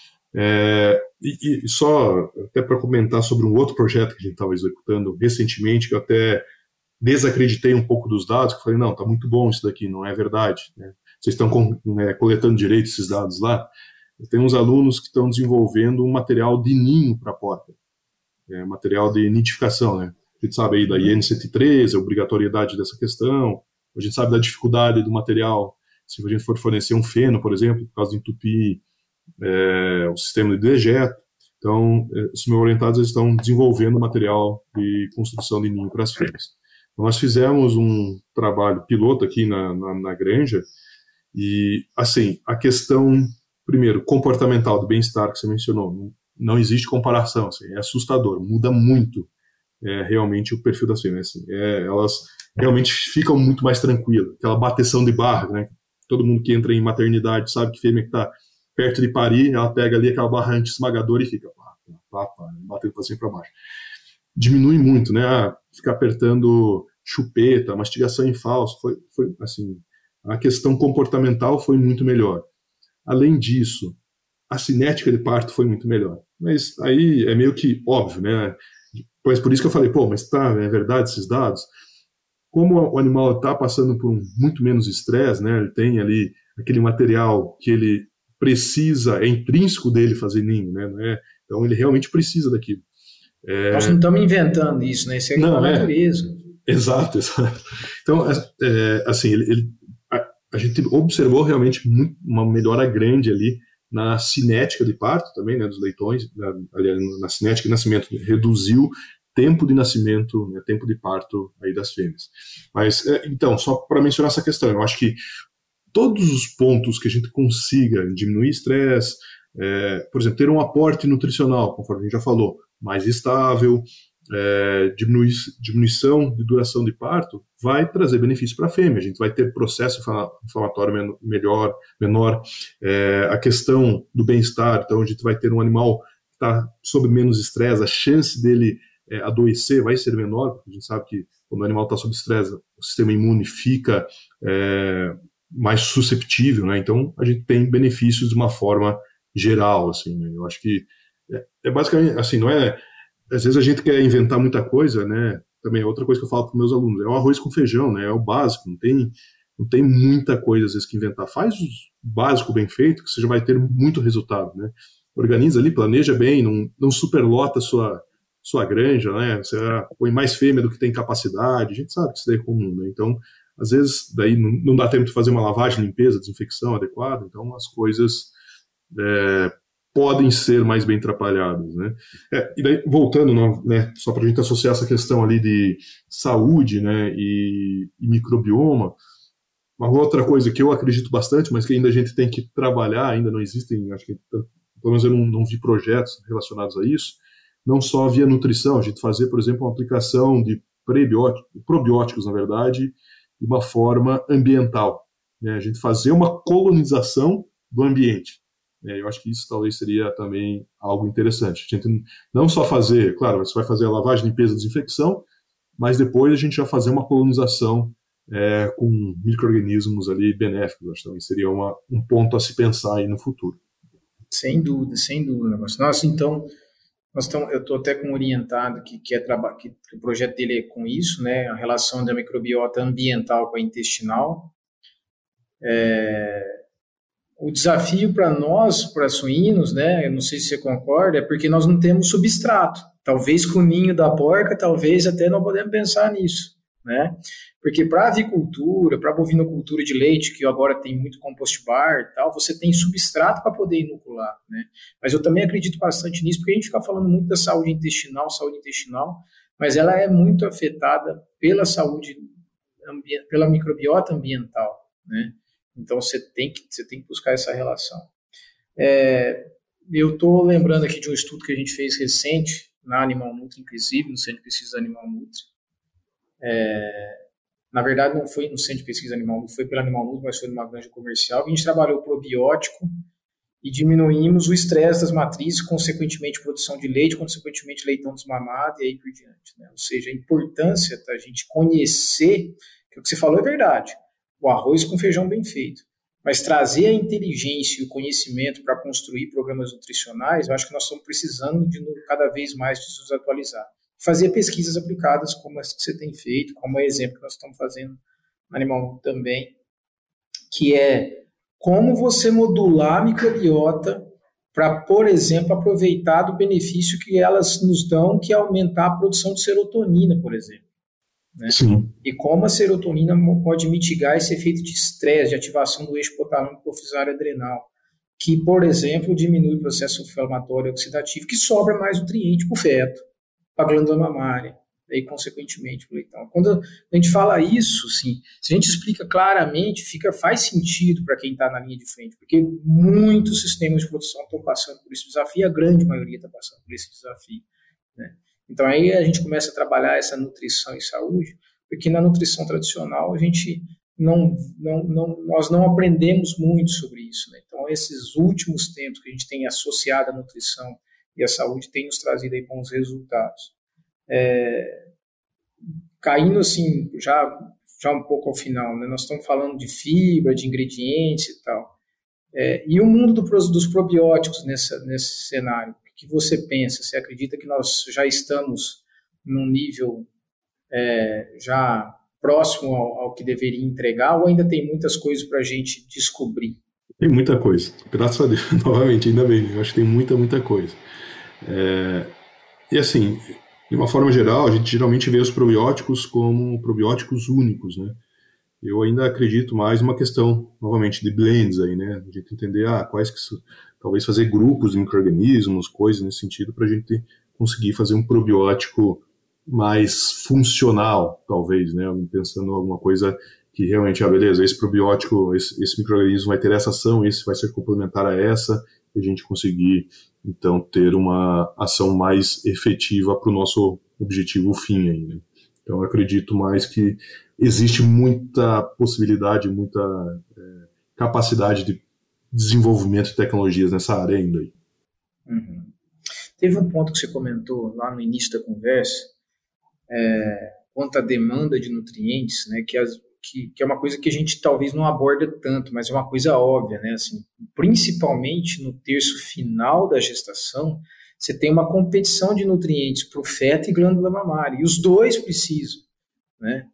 B: É, e, e só até para comentar sobre um outro projeto que a gente estava executando recentemente, que eu até desacreditei um pouco dos dados, que eu falei, não, está muito bom isso daqui, não é verdade, né? Vocês estão com, né, coletando direito esses dados lá. Eu tenho uns alunos que estão desenvolvendo um material de ninho para a porta, é, material de nidificação, né? A gente sabe aí da I N cento e treze, a obrigatoriedade dessa questão, a gente sabe da dificuldade do material, se a gente for fornecer um feno, por exemplo, por causa de entupir É, o sistema de dejeto. Então, os meus orientados eles estão desenvolvendo material de construção de ninho para as fêmeas. Então, nós fizemos um trabalho piloto aqui na, na, na granja e, assim, a questão, primeiro, comportamental do bem-estar que você mencionou, não, não existe comparação, assim, é assustador, muda muito é, realmente o perfil das fêmeas. Assim, é, elas realmente ficam muito mais tranquilas, aquela bateção de barra, né? Todo mundo que entra em maternidade sabe que fêmea que está perto de parir, ela pega ali aquela barra anti-esmagadora e fica pá, pá, pá, batendo para cima e para baixo. Diminui muito, né? Ah, ficar apertando chupeta, mastigação em falso, foi, foi assim, a questão comportamental foi muito melhor. Além disso, a cinética de parto foi muito melhor. Mas aí é meio que óbvio, né? pois por isso que eu falei, pô, mas tá, é verdade esses dados? Como o animal está passando por um, muito menos estresse, né? Ele tem ali aquele material que ele precisa, é intrínseco dele fazer ninho, né? Não é? Então ele realmente precisa daquilo.
C: É... Nós não estamos inventando isso, né? Isso é da natureza.
B: É. Exato, exato. Então, é, assim, ele, ele, a, a gente observou realmente muito, uma melhora grande ali na cinética de parto também, né, dos leitões, na, ali, na cinética de nascimento, reduziu tempo de nascimento, né, tempo de parto aí das fêmeas. Mas, é, então, só para mencionar essa questão, eu acho que todos os pontos que a gente consiga diminuir estresse, é, por exemplo, ter um aporte nutricional, conforme a gente já falou, mais estável, é, diminui, diminuição de duração de parto, vai trazer benefício para a fêmea. A gente vai ter processo inflamatório men- melhor, menor, é, a questão do bem-estar, então a gente vai ter um animal que está sob menos estresse, a chance dele é, adoecer vai ser menor, porque a gente sabe que quando o animal está sob estresse, o sistema imune fica é, mais susceptível, né? Então a gente tem benefícios de uma forma geral, assim, né? Eu acho que é, é basicamente, assim, não é... Às vezes a gente quer inventar muita coisa, né? Também é outra coisa que eu falo para os meus alunos, é o arroz com feijão, né? É o básico, não tem, não tem muita coisa às vezes que inventar. Faz o básico bem feito, que você já vai ter muito resultado, né? Organiza ali, planeja bem, não, não superlota a sua, sua granja, né? Você põe mais fêmea do que tem capacidade, a gente sabe que isso daí é comum, né? Então, às vezes, daí não, não dá tempo de fazer uma lavagem, limpeza, desinfecção adequada, então as coisas... É, podem ser mais bem atrapalhados, né? É, e daí, voltando, né, só para a gente associar essa questão ali de saúde, né, e, e microbioma, uma outra coisa que eu acredito bastante, mas que ainda a gente tem que trabalhar, ainda não existem, acho que pelo menos eu não, não vi projetos relacionados a isso, não só via nutrição, a gente fazer, por exemplo, uma aplicação de prebióticos, probióticos, na verdade, de uma forma ambiental, né? A gente fazer uma colonização do ambiente. Eu acho que isso talvez seria também algo interessante. A gente não só fazer, claro, você vai fazer a lavagem, limpeza, desinfecção, mas depois a gente já fazer uma colonização é, com micro-organismos ali benéficos. Acho que também seria uma, um ponto a se pensar aí no futuro.
C: Sem dúvida, sem dúvida. Nossa, então, nós estamos, eu estou até com um orientado que, que, é traba, que, que o projeto dele é com isso, né, a relação da microbiota ambiental com a intestinal. É... O desafio para nós, para suínos, né, eu não sei se você concorda, é porque nós não temos substrato. Talvez com o ninho da porca, talvez até não podemos pensar nisso, né? Porque para avicultura, para bovinocultura de leite, que agora tem muito compost bar e tal, você tem substrato para poder inocular, né? Mas eu também acredito bastante nisso, porque a gente fica falando muito da saúde intestinal, saúde intestinal, mas ela é muito afetada pela saúde, pela microbiota ambiental, né? Então, você tem que, você tem que buscar essa relação. É, eu estou lembrando aqui de um estudo que a gente fez recente, na Animal Nutri, inclusive, no Centro de Pesquisa Animal Nutri. É, na verdade, não foi no Centro de Pesquisa Animal Nutri, foi pela Animal Nutri, mas foi numa granja comercial, que a gente trabalhou probiótico e diminuímos o estresse das matrizes, consequentemente produção de leite, consequentemente leitão desmamado e aí por diante, né? Ou seja, a importância da gente conhecer, que o que você falou é verdade, o arroz com feijão bem feito. Mas trazer a inteligência e o conhecimento para construir programas nutricionais, eu acho que nós estamos precisando de cada vez mais de nos atualizar. Fazer pesquisas aplicadas como as que você tem feito, como é exemplo que nós estamos fazendo no Animal também, que é como você modular a microbiota para, por exemplo, aproveitar do benefício que elas nos dão, que é aumentar a produção de serotonina, por exemplo. Né?
B: Sim.
C: E como a serotonina pode mitigar esse efeito de estresse, de ativação do eixo hipotalâmico hipofisário adrenal, que, por exemplo, diminui o processo inflamatório oxidativo, que sobra mais nutriente para o feto, para a glândula mamária, e, consequentemente, para o leitão. Quando a gente fala isso, sim, se a gente explica claramente, fica, faz sentido para quem está na linha de frente, porque muitos sistemas de produção estão passando por esse desafio, a grande maioria está passando por esse desafio, né? Então, aí a gente começa a trabalhar essa nutrição e saúde, porque na nutrição tradicional a gente não, não, não, nós não aprendemos muito sobre isso, né? Então, esses últimos tempos que a gente tem associado a nutrição e a saúde tem nos trazido aí bons resultados. É, caindo assim, já, já um pouco ao final, né? Nós estamos falando de fibra, de ingredientes e tal. É, e o mundo do, dos probióticos nessa, nesse cenário? O que você pensa? Você acredita que nós já estamos num nível é, já próximo ao, ao que deveria entregar, ou ainda tem muitas coisas para a gente descobrir?
B: Tem muita coisa, graças a Deus, novamente, ainda bem, eu acho que tem muita, muita coisa. É, e assim, de uma forma geral, a gente geralmente vê os probióticos como probióticos únicos, né? Eu ainda acredito mais numa questão, novamente, de blends aí, né? A gente entender, ah, quais que são, talvez fazer grupos de micro-organismos, coisas nesse sentido, para a gente conseguir fazer um probiótico mais funcional, talvez, né? Pensando em alguma coisa que realmente, ah, beleza, esse probiótico, esse, esse micro-organismo vai ter essa ação, esse vai ser complementar a essa, e a gente conseguir, então, ter uma ação mais efetiva para o nosso objetivo fim aí, né? Então, eu acredito mais que existe muita possibilidade, muita é, capacidade de desenvolvimento de tecnologias nessa área ainda.
C: Uhum. Teve um ponto que você comentou lá no início da conversa, é, quanto à demanda de nutrientes, né, que, as, que, que é uma coisa que a gente talvez não aborda tanto, mas é uma coisa óbvia, né, assim, principalmente no terço final da gestação, você tem uma competição de nutrientes para o feto e glândula mamária, e os dois precisam, né?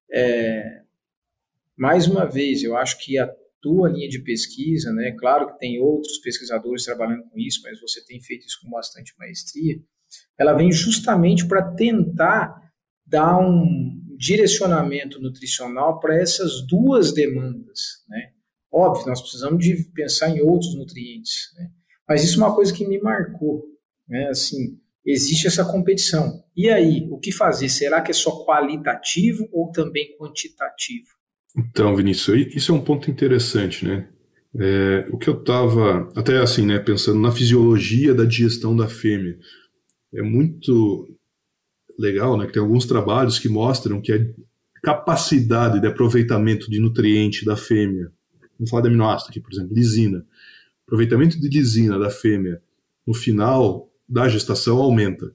C: É, mais uma vez, eu acho que a tua linha de pesquisa, né, claro que tem outros pesquisadores trabalhando com isso, mas você tem feito isso com bastante maestria, ela vem justamente para tentar dar um direcionamento nutricional para essas duas demandas, né? Óbvio, nós precisamos de pensar em outros nutrientes, né? Mas isso é uma coisa que me marcou, né? Assim, existe essa competição. E aí, o que fazer? Será que é só qualitativo ou também quantitativo?
B: Então, Vinícius, isso é um ponto interessante, né? É, o que eu estava, até assim, né, pensando na fisiologia da digestão da fêmea, é muito legal, né, que tem alguns trabalhos que mostram que a capacidade de aproveitamento de nutriente da fêmea, vamos falar de aminoácido aqui, por exemplo, lisina, aproveitamento de lisina da fêmea no final da gestação aumenta.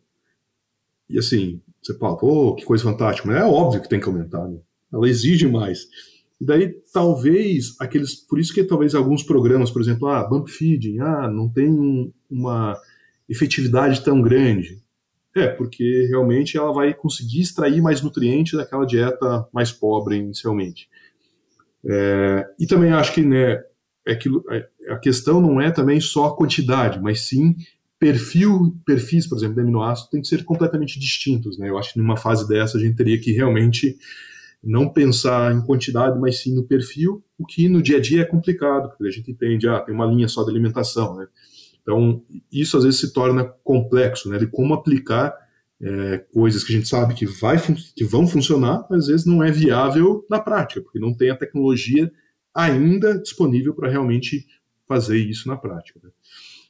B: E assim, você fala, pô, que coisa fantástica, mas é óbvio que tem que aumentar, né? Ela exige mais. E daí, talvez, aqueles, por isso que talvez alguns programas, por exemplo, ah, bump feeding, ah, não tem um, uma efetividade tão grande. É, porque realmente ela vai conseguir extrair mais nutrientes daquela dieta mais pobre inicialmente. É, e também acho que, né, é que a questão não é também só a quantidade, mas sim perfil, perfis, por exemplo, de aminoácidos tem que ser completamente distintos, né? Eu acho que numa fase dessa a gente teria que realmente não pensar em quantidade, mas sim no perfil, o que no dia a dia é complicado, porque a gente entende, ah, tem uma linha só de alimentação, né? Então, isso às vezes se torna complexo, né? De como aplicar é, coisas que a gente sabe que, vai, que vão funcionar, mas às vezes não é viável na prática, porque não tem a tecnologia ainda disponível para realmente fazer isso na prática, né?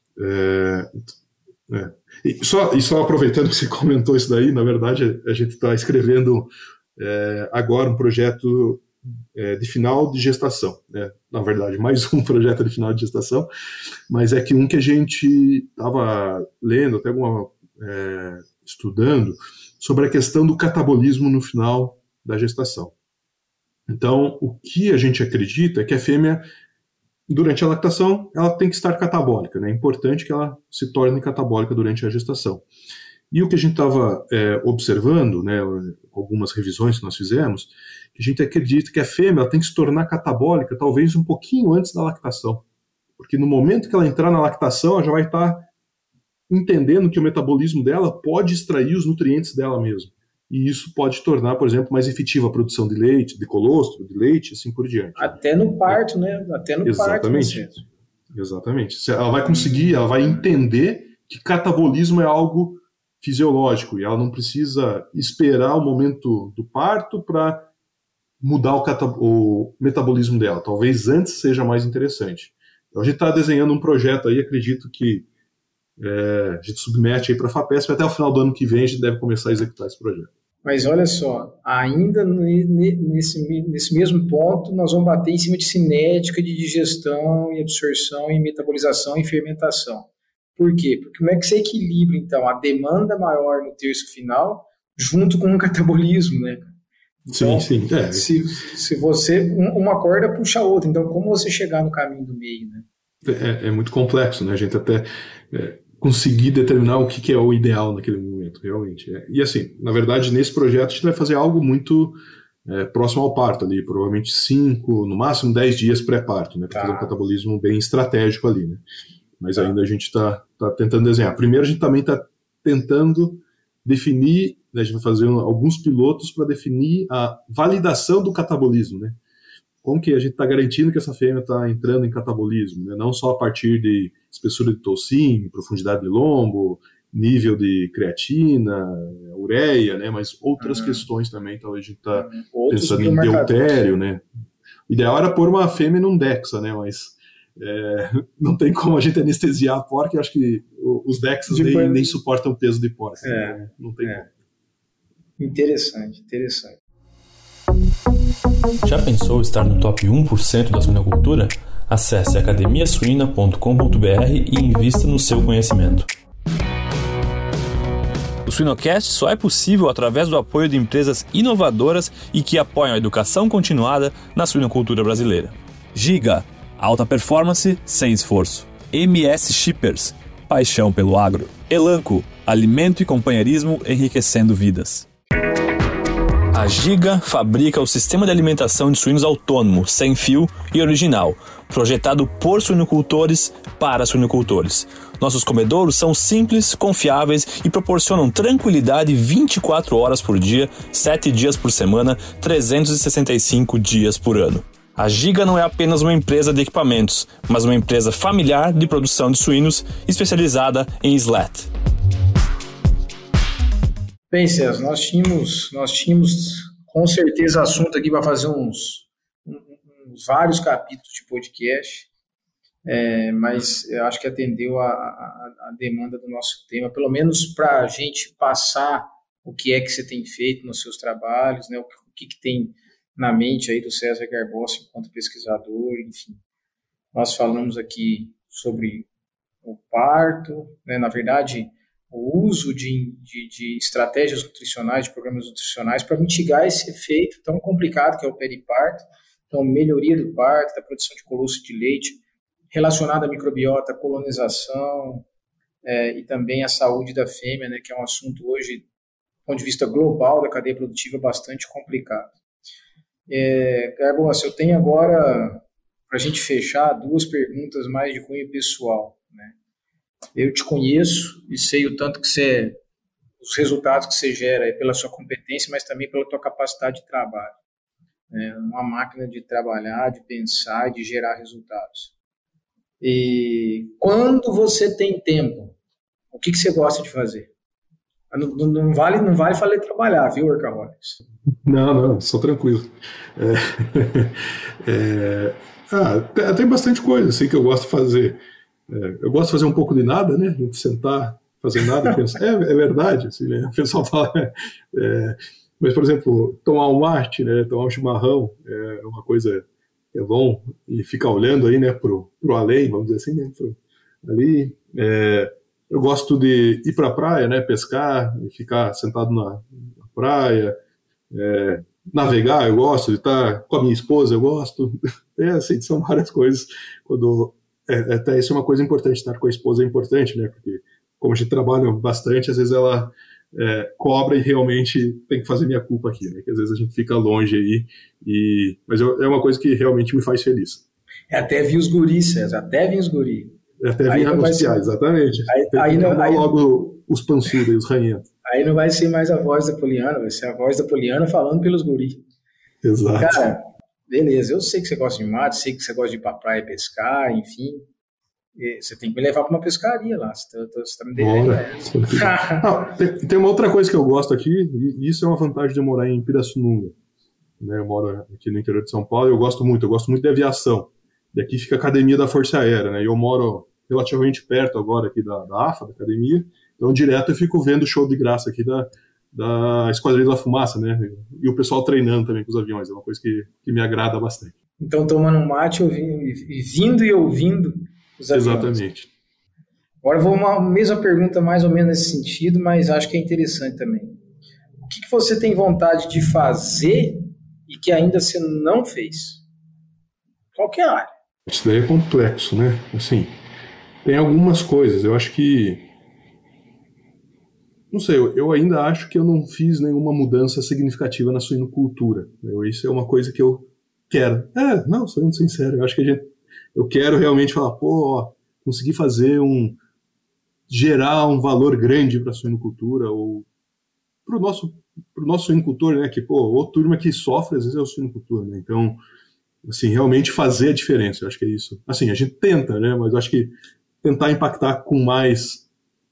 B: É, é. E, só, e só aproveitando que você comentou isso daí, na verdade a gente está escrevendo é, agora um projeto é, de final de gestação, né? Na verdade mais um projeto de final de gestação, mas é que um que a gente estava lendo, até alguma, é, estudando sobre a questão do catabolismo no final da gestação. Então o que a gente acredita é que a fêmea, durante a lactação, ela tem que estar catabólica, né? É importante que ela se torne catabólica durante a gestação. E o que a gente estava é, observando, né, algumas revisões que nós fizemos, que a gente acredita que a fêmea ela tem que se tornar catabólica talvez um pouquinho antes da lactação. Porque no momento que ela entrar na lactação, ela já vai estar entendendo que o metabolismo dela pode extrair os nutrientes dela mesma. E isso pode tornar, por exemplo, mais efetiva a produção de leite, de colostro, de leite, assim por diante.
C: Até no parto, né? Até no
B: Exatamente.
C: parto.
B: Exatamente. Ela vai conseguir, ela vai entender que catabolismo é algo fisiológico e ela não precisa esperar o momento do parto para mudar o, cata- o metabolismo dela. Talvez antes seja mais interessante. Então a gente está desenhando um projeto aí, acredito que é, a gente submete aí para a FAPESP, até o final do ano que vem a gente deve começar a executar esse projeto.
C: Mas olha só, ainda nesse, nesse mesmo ponto, nós vamos bater em cima de cinética, de digestão e absorção e metabolização e fermentação. Por quê? Porque como é que você equilibra, então, a demanda maior no terço final junto com o catabolismo, né? Então,
B: sim, sim. É.
C: Se, se você, uma corda puxa a outra, então como você chegar no caminho do meio, né?
B: É, é muito complexo, né? A gente até... É, conseguir determinar o que, que é o ideal naquele momento, realmente. É. E assim, na verdade, nesse projeto a gente vai fazer algo muito é, próximo ao parto ali, provavelmente cinco, no máximo dez dias pré-parto, né, para
C: Tá.
B: fazer um catabolismo bem estratégico ali, né. Mas tá. ainda a gente está tá tentando desenhar. Primeiro a gente também está tentando definir, né, a gente vai fazer alguns pilotos para definir a validação do catabolismo, né. Como que a gente está garantindo que essa fêmea está entrando em catabolismo, né? Não só a partir de espessura de toucinho, profundidade de lombo, nível de creatina, ureia, né? Mas outras uhum. questões também, talvez a gente está uhum. pensando em deutério, né? O ideal era pôr uma fêmea num DEXA, né? Mas é, não tem como a gente anestesiar a porca, eu acho que os DEXAs Depois... nem, nem suportam o peso de porca. É, né? Não tem
C: é.
B: como.
C: Interessante, interessante.
A: Já pensou estar no top um por cento da suinocultura? Acesse academia suina ponto com ponto b r e invista no seu conhecimento. O Suinocast só é possível através do apoio de empresas inovadoras e que apoiam a educação continuada na suinocultura brasileira. Giga, alta performance sem esforço. M S Shippers, paixão pelo agro. Elanco, alimento e companheirismo enriquecendo vidas. A Giga fabrica o sistema de alimentação de suínos autônomo, sem fio e original, projetado por suinocultores para suinocultores. Nossos comedouros são simples, confiáveis e proporcionam tranquilidade vinte e quatro horas por dia, sete dias por semana, trezentos e sessenta e cinco dias por ano. A Giga não é apenas uma empresa de equipamentos, mas uma empresa familiar de produção de suínos especializada em slat.
C: Bem, César, nós tínhamos, nós tínhamos com certeza assunto aqui para fazer uns, uns vários capítulos de podcast, é, mas eu acho que atendeu a, a, a demanda do nosso tema, pelo menos para a gente passar o que é que você tem feito nos seus trabalhos, né, o que, que tem na mente aí do César Garbossi enquanto pesquisador, enfim. Nós falamos aqui sobre o parto, né, na verdade... o uso de, de, de estratégias nutricionais, de programas nutricionais para mitigar esse efeito tão complicado que é o periparto, então melhoria do parto, da produção de colosso de leite, relacionada à microbiota, colonização é, e também a saúde da fêmea, né, que é um assunto hoje, do ponto de vista global da cadeia produtiva, bastante complicado. É, Garbossi, eu tenho agora, para a gente fechar, duas perguntas mais de cunho pessoal, né? Eu te conheço e sei o tanto que você, os resultados que você gera é pela sua competência, mas também pela tua capacidade de trabalho. É uma máquina de trabalhar, de pensar, de gerar resultados. E quando você tem tempo, o que, que você gosta de fazer? Não, não, não vale, não vale falar de trabalhar, viu, Workaholics?
B: Não, não, sou tranquilo. É, é, ah, tem bastante coisa assim, que eu gosto de fazer. É, eu gosto de fazer um pouco de nada, né? De sentar, fazer nada e pensar. É, é verdade, assim, né? O pessoal fala. É, mas, por exemplo, tomar um mate, né? Tomar um chimarrão é uma coisa que é bom. E ficar olhando aí, né? Pro, pro além, vamos dizer assim, né? Pro, ali. É, eu gosto de ir para a praia, né? Pescar e ficar sentado na, na praia. É, navegar, eu gosto de estar com a minha esposa, eu gosto. É, assim, são várias coisas. Quando É, até isso é uma coisa importante, estar com a esposa é importante, né? Porque como a gente trabalha bastante, às vezes ela é, cobra e realmente tem que fazer minha culpa aqui, né? Que às vezes a gente fica longe aí, e... mas eu, é uma coisa que realmente me faz feliz.
C: É, até vi os guris, César, até vi os guris.
B: É, até vi anunciar, ser... exatamente.
C: Aí, aí não, aí...
B: logo os pançudos e os ranhentos.
C: Aí não vai ser mais a voz da Poliana, vai ser a voz da Poliana falando pelos guris.
B: Exato.
C: Cara, beleza, eu sei que você gosta de mato, sei que você gosta de ir pra praia pescar, enfim. Você tem que me levar para uma pescaria lá, você está tá me devendo essa.
B: Ah, tem, tem uma outra coisa que eu gosto aqui, e isso é uma vantagem de morar em Pirassununga. Né, eu moro aqui no interior de São Paulo e eu gosto muito, eu gosto muito de aviação. E aqui fica a Academia da Força Aérea, né, e eu moro relativamente perto agora aqui da, da A F A, da academia, então direto eu fico vendo o show de graça aqui da, da Esquadrilha da Fumaça, né, e o pessoal treinando também com os aviões, é uma coisa que, que me agrada bastante.
C: Então tomando um mate, ouvindo, vindo e ouvindo os aviões.
B: Exatamente.
C: Agora eu vou uma mesma pergunta mais ou menos nesse sentido, mas acho que é interessante também. O que, que você tem vontade de fazer e que ainda você não fez? Qualquer área.
B: Isso daí é complexo, né? Assim, tem algumas coisas. Eu acho que não sei, eu, eu ainda acho que eu não fiz nenhuma mudança significativa na suinocultura. Eu, isso é uma coisa que eu quero. É, não, sendo sincero, eu acho que a gente, eu quero realmente falar, pô, ó, consegui fazer um, gerar um valor grande para a suinocultura, ou para o nosso, pro nosso suinocultor, né, que, pô, outra turma que sofre, às vezes, é o suinocultor, né, então, assim, realmente fazer a diferença, eu acho que é isso. Assim, a gente tenta, né, mas eu acho que tentar impactar com mais,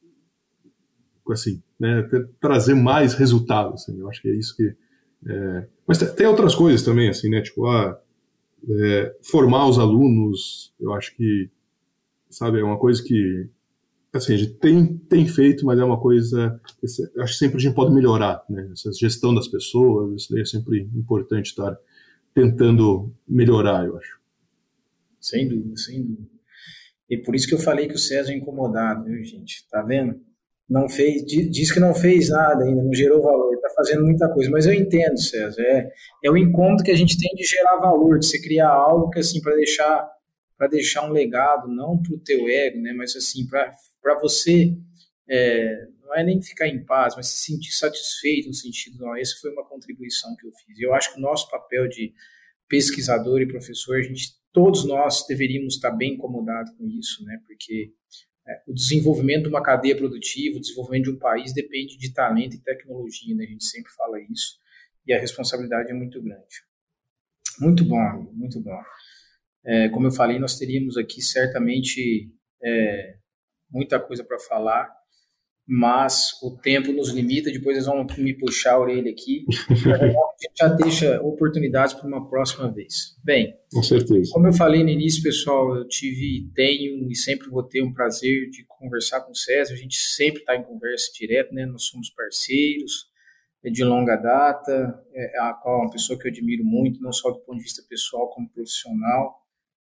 B: assim, né, trazer mais resultados, assim, eu acho que é isso que... É... Mas tem outras coisas também, assim, né, tipo, ah, é, formar os alunos, eu acho que, sabe, é uma coisa que, assim, a gente tem, tem feito, mas é uma coisa, eu acho que sempre a gente pode melhorar, né, essa gestão das pessoas, isso daí é sempre importante estar tentando melhorar, eu acho.
C: Sem dúvida, sem dúvida. E por isso que eu falei que o César é incomodado, viu, gente? Tá vendo? Não fez, diz que não fez nada ainda, não gerou valor, está fazendo muita coisa, mas eu entendo, César, é, é o incômodo que a gente tem de gerar valor, de você criar algo que, assim, para deixar, para deixar um legado, não para o teu ego, né, mas, assim, para você, é, não é nem ficar em paz, mas se sentir satisfeito no sentido, não, essa foi uma contribuição que eu fiz. Eu acho que o nosso papel de pesquisador e professor, a gente, todos nós deveríamos estar bem incomodados com isso, né, porque... o desenvolvimento de uma cadeia produtiva, o desenvolvimento de um país depende de talento e tecnologia, né? A gente sempre fala isso, e a responsabilidade é muito grande. Muito bom, amigo, muito bom. É, como eu falei, nós teríamos aqui certamente é, muita coisa para falar, mas o tempo nos limita, depois eles vão me puxar a orelha aqui, a gente já deixa oportunidades para uma próxima vez. Bem,
B: com certeza.
C: Como eu falei no início, pessoal, eu tive, tenho e sempre vou ter um prazer de conversar com o César, a gente sempre está em conversa direto, né? Nós somos parceiros de longa data, é, a qual é uma pessoa que eu admiro muito, não só do ponto de vista pessoal como profissional,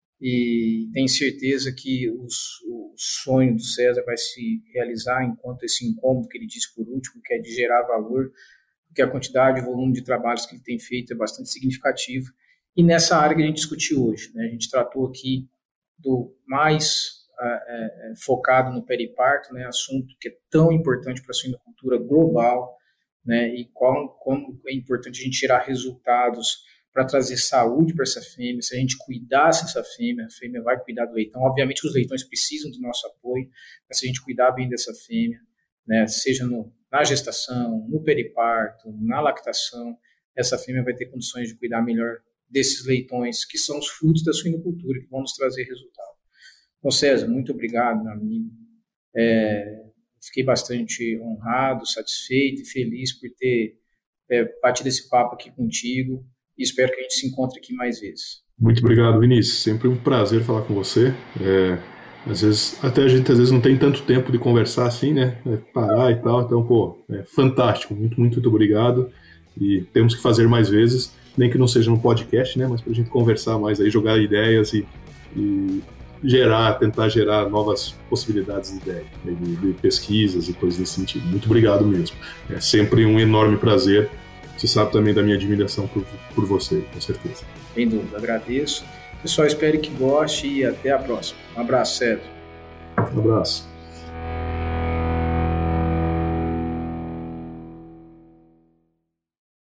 C: e tenho certeza que os, o sonho do César vai se realizar enquanto esse incômodo que ele disse por último, que é de gerar valor, porque a quantidade e volume de trabalhos que ele tem feito é bastante significativo, e nessa área que a gente discutiu hoje, né? A gente tratou aqui do mais é, é, focado no periparto, né? Assunto que é tão importante para a suinocultura global, né? E qual, como é importante a gente tirar resultados para trazer saúde para essa fêmea. Se a gente cuidasse dessa fêmea, a fêmea vai cuidar do leitão. Obviamente que os leitões precisam do nosso apoio, mas se a gente cuidar bem dessa fêmea, né, seja no, na gestação, no periparto, na lactação, essa fêmea vai ter condições de cuidar melhor desses leitões, que são os frutos da suinocultura, que vão nos trazer resultado. Então, César, muito obrigado, meu amigo. É, fiquei bastante honrado, satisfeito e feliz por ter é, batido esse papo aqui contigo, e espero que a gente se encontre aqui mais vezes.
B: Muito obrigado, Vinícius. Sempre um prazer falar com você. É, às vezes, até a gente às vezes não tem tanto tempo de conversar assim, né? É, parar e tal. Então, pô, é fantástico. Muito, muito, muito obrigado. E temos que fazer mais vezes, nem que não seja no podcast, né? Mas para a gente conversar mais aí, jogar ideias e, e gerar, tentar gerar novas possibilidades de ideias, né? de, de pesquisas e coisas nesse sentido. Muito obrigado mesmo. É sempre um enorme prazer. Você sabe também da minha admiração por, por você, com certeza.
C: Sem dúvida, agradeço. Pessoal, espero que goste e até a próxima. Um abraço, César.
B: Um abraço.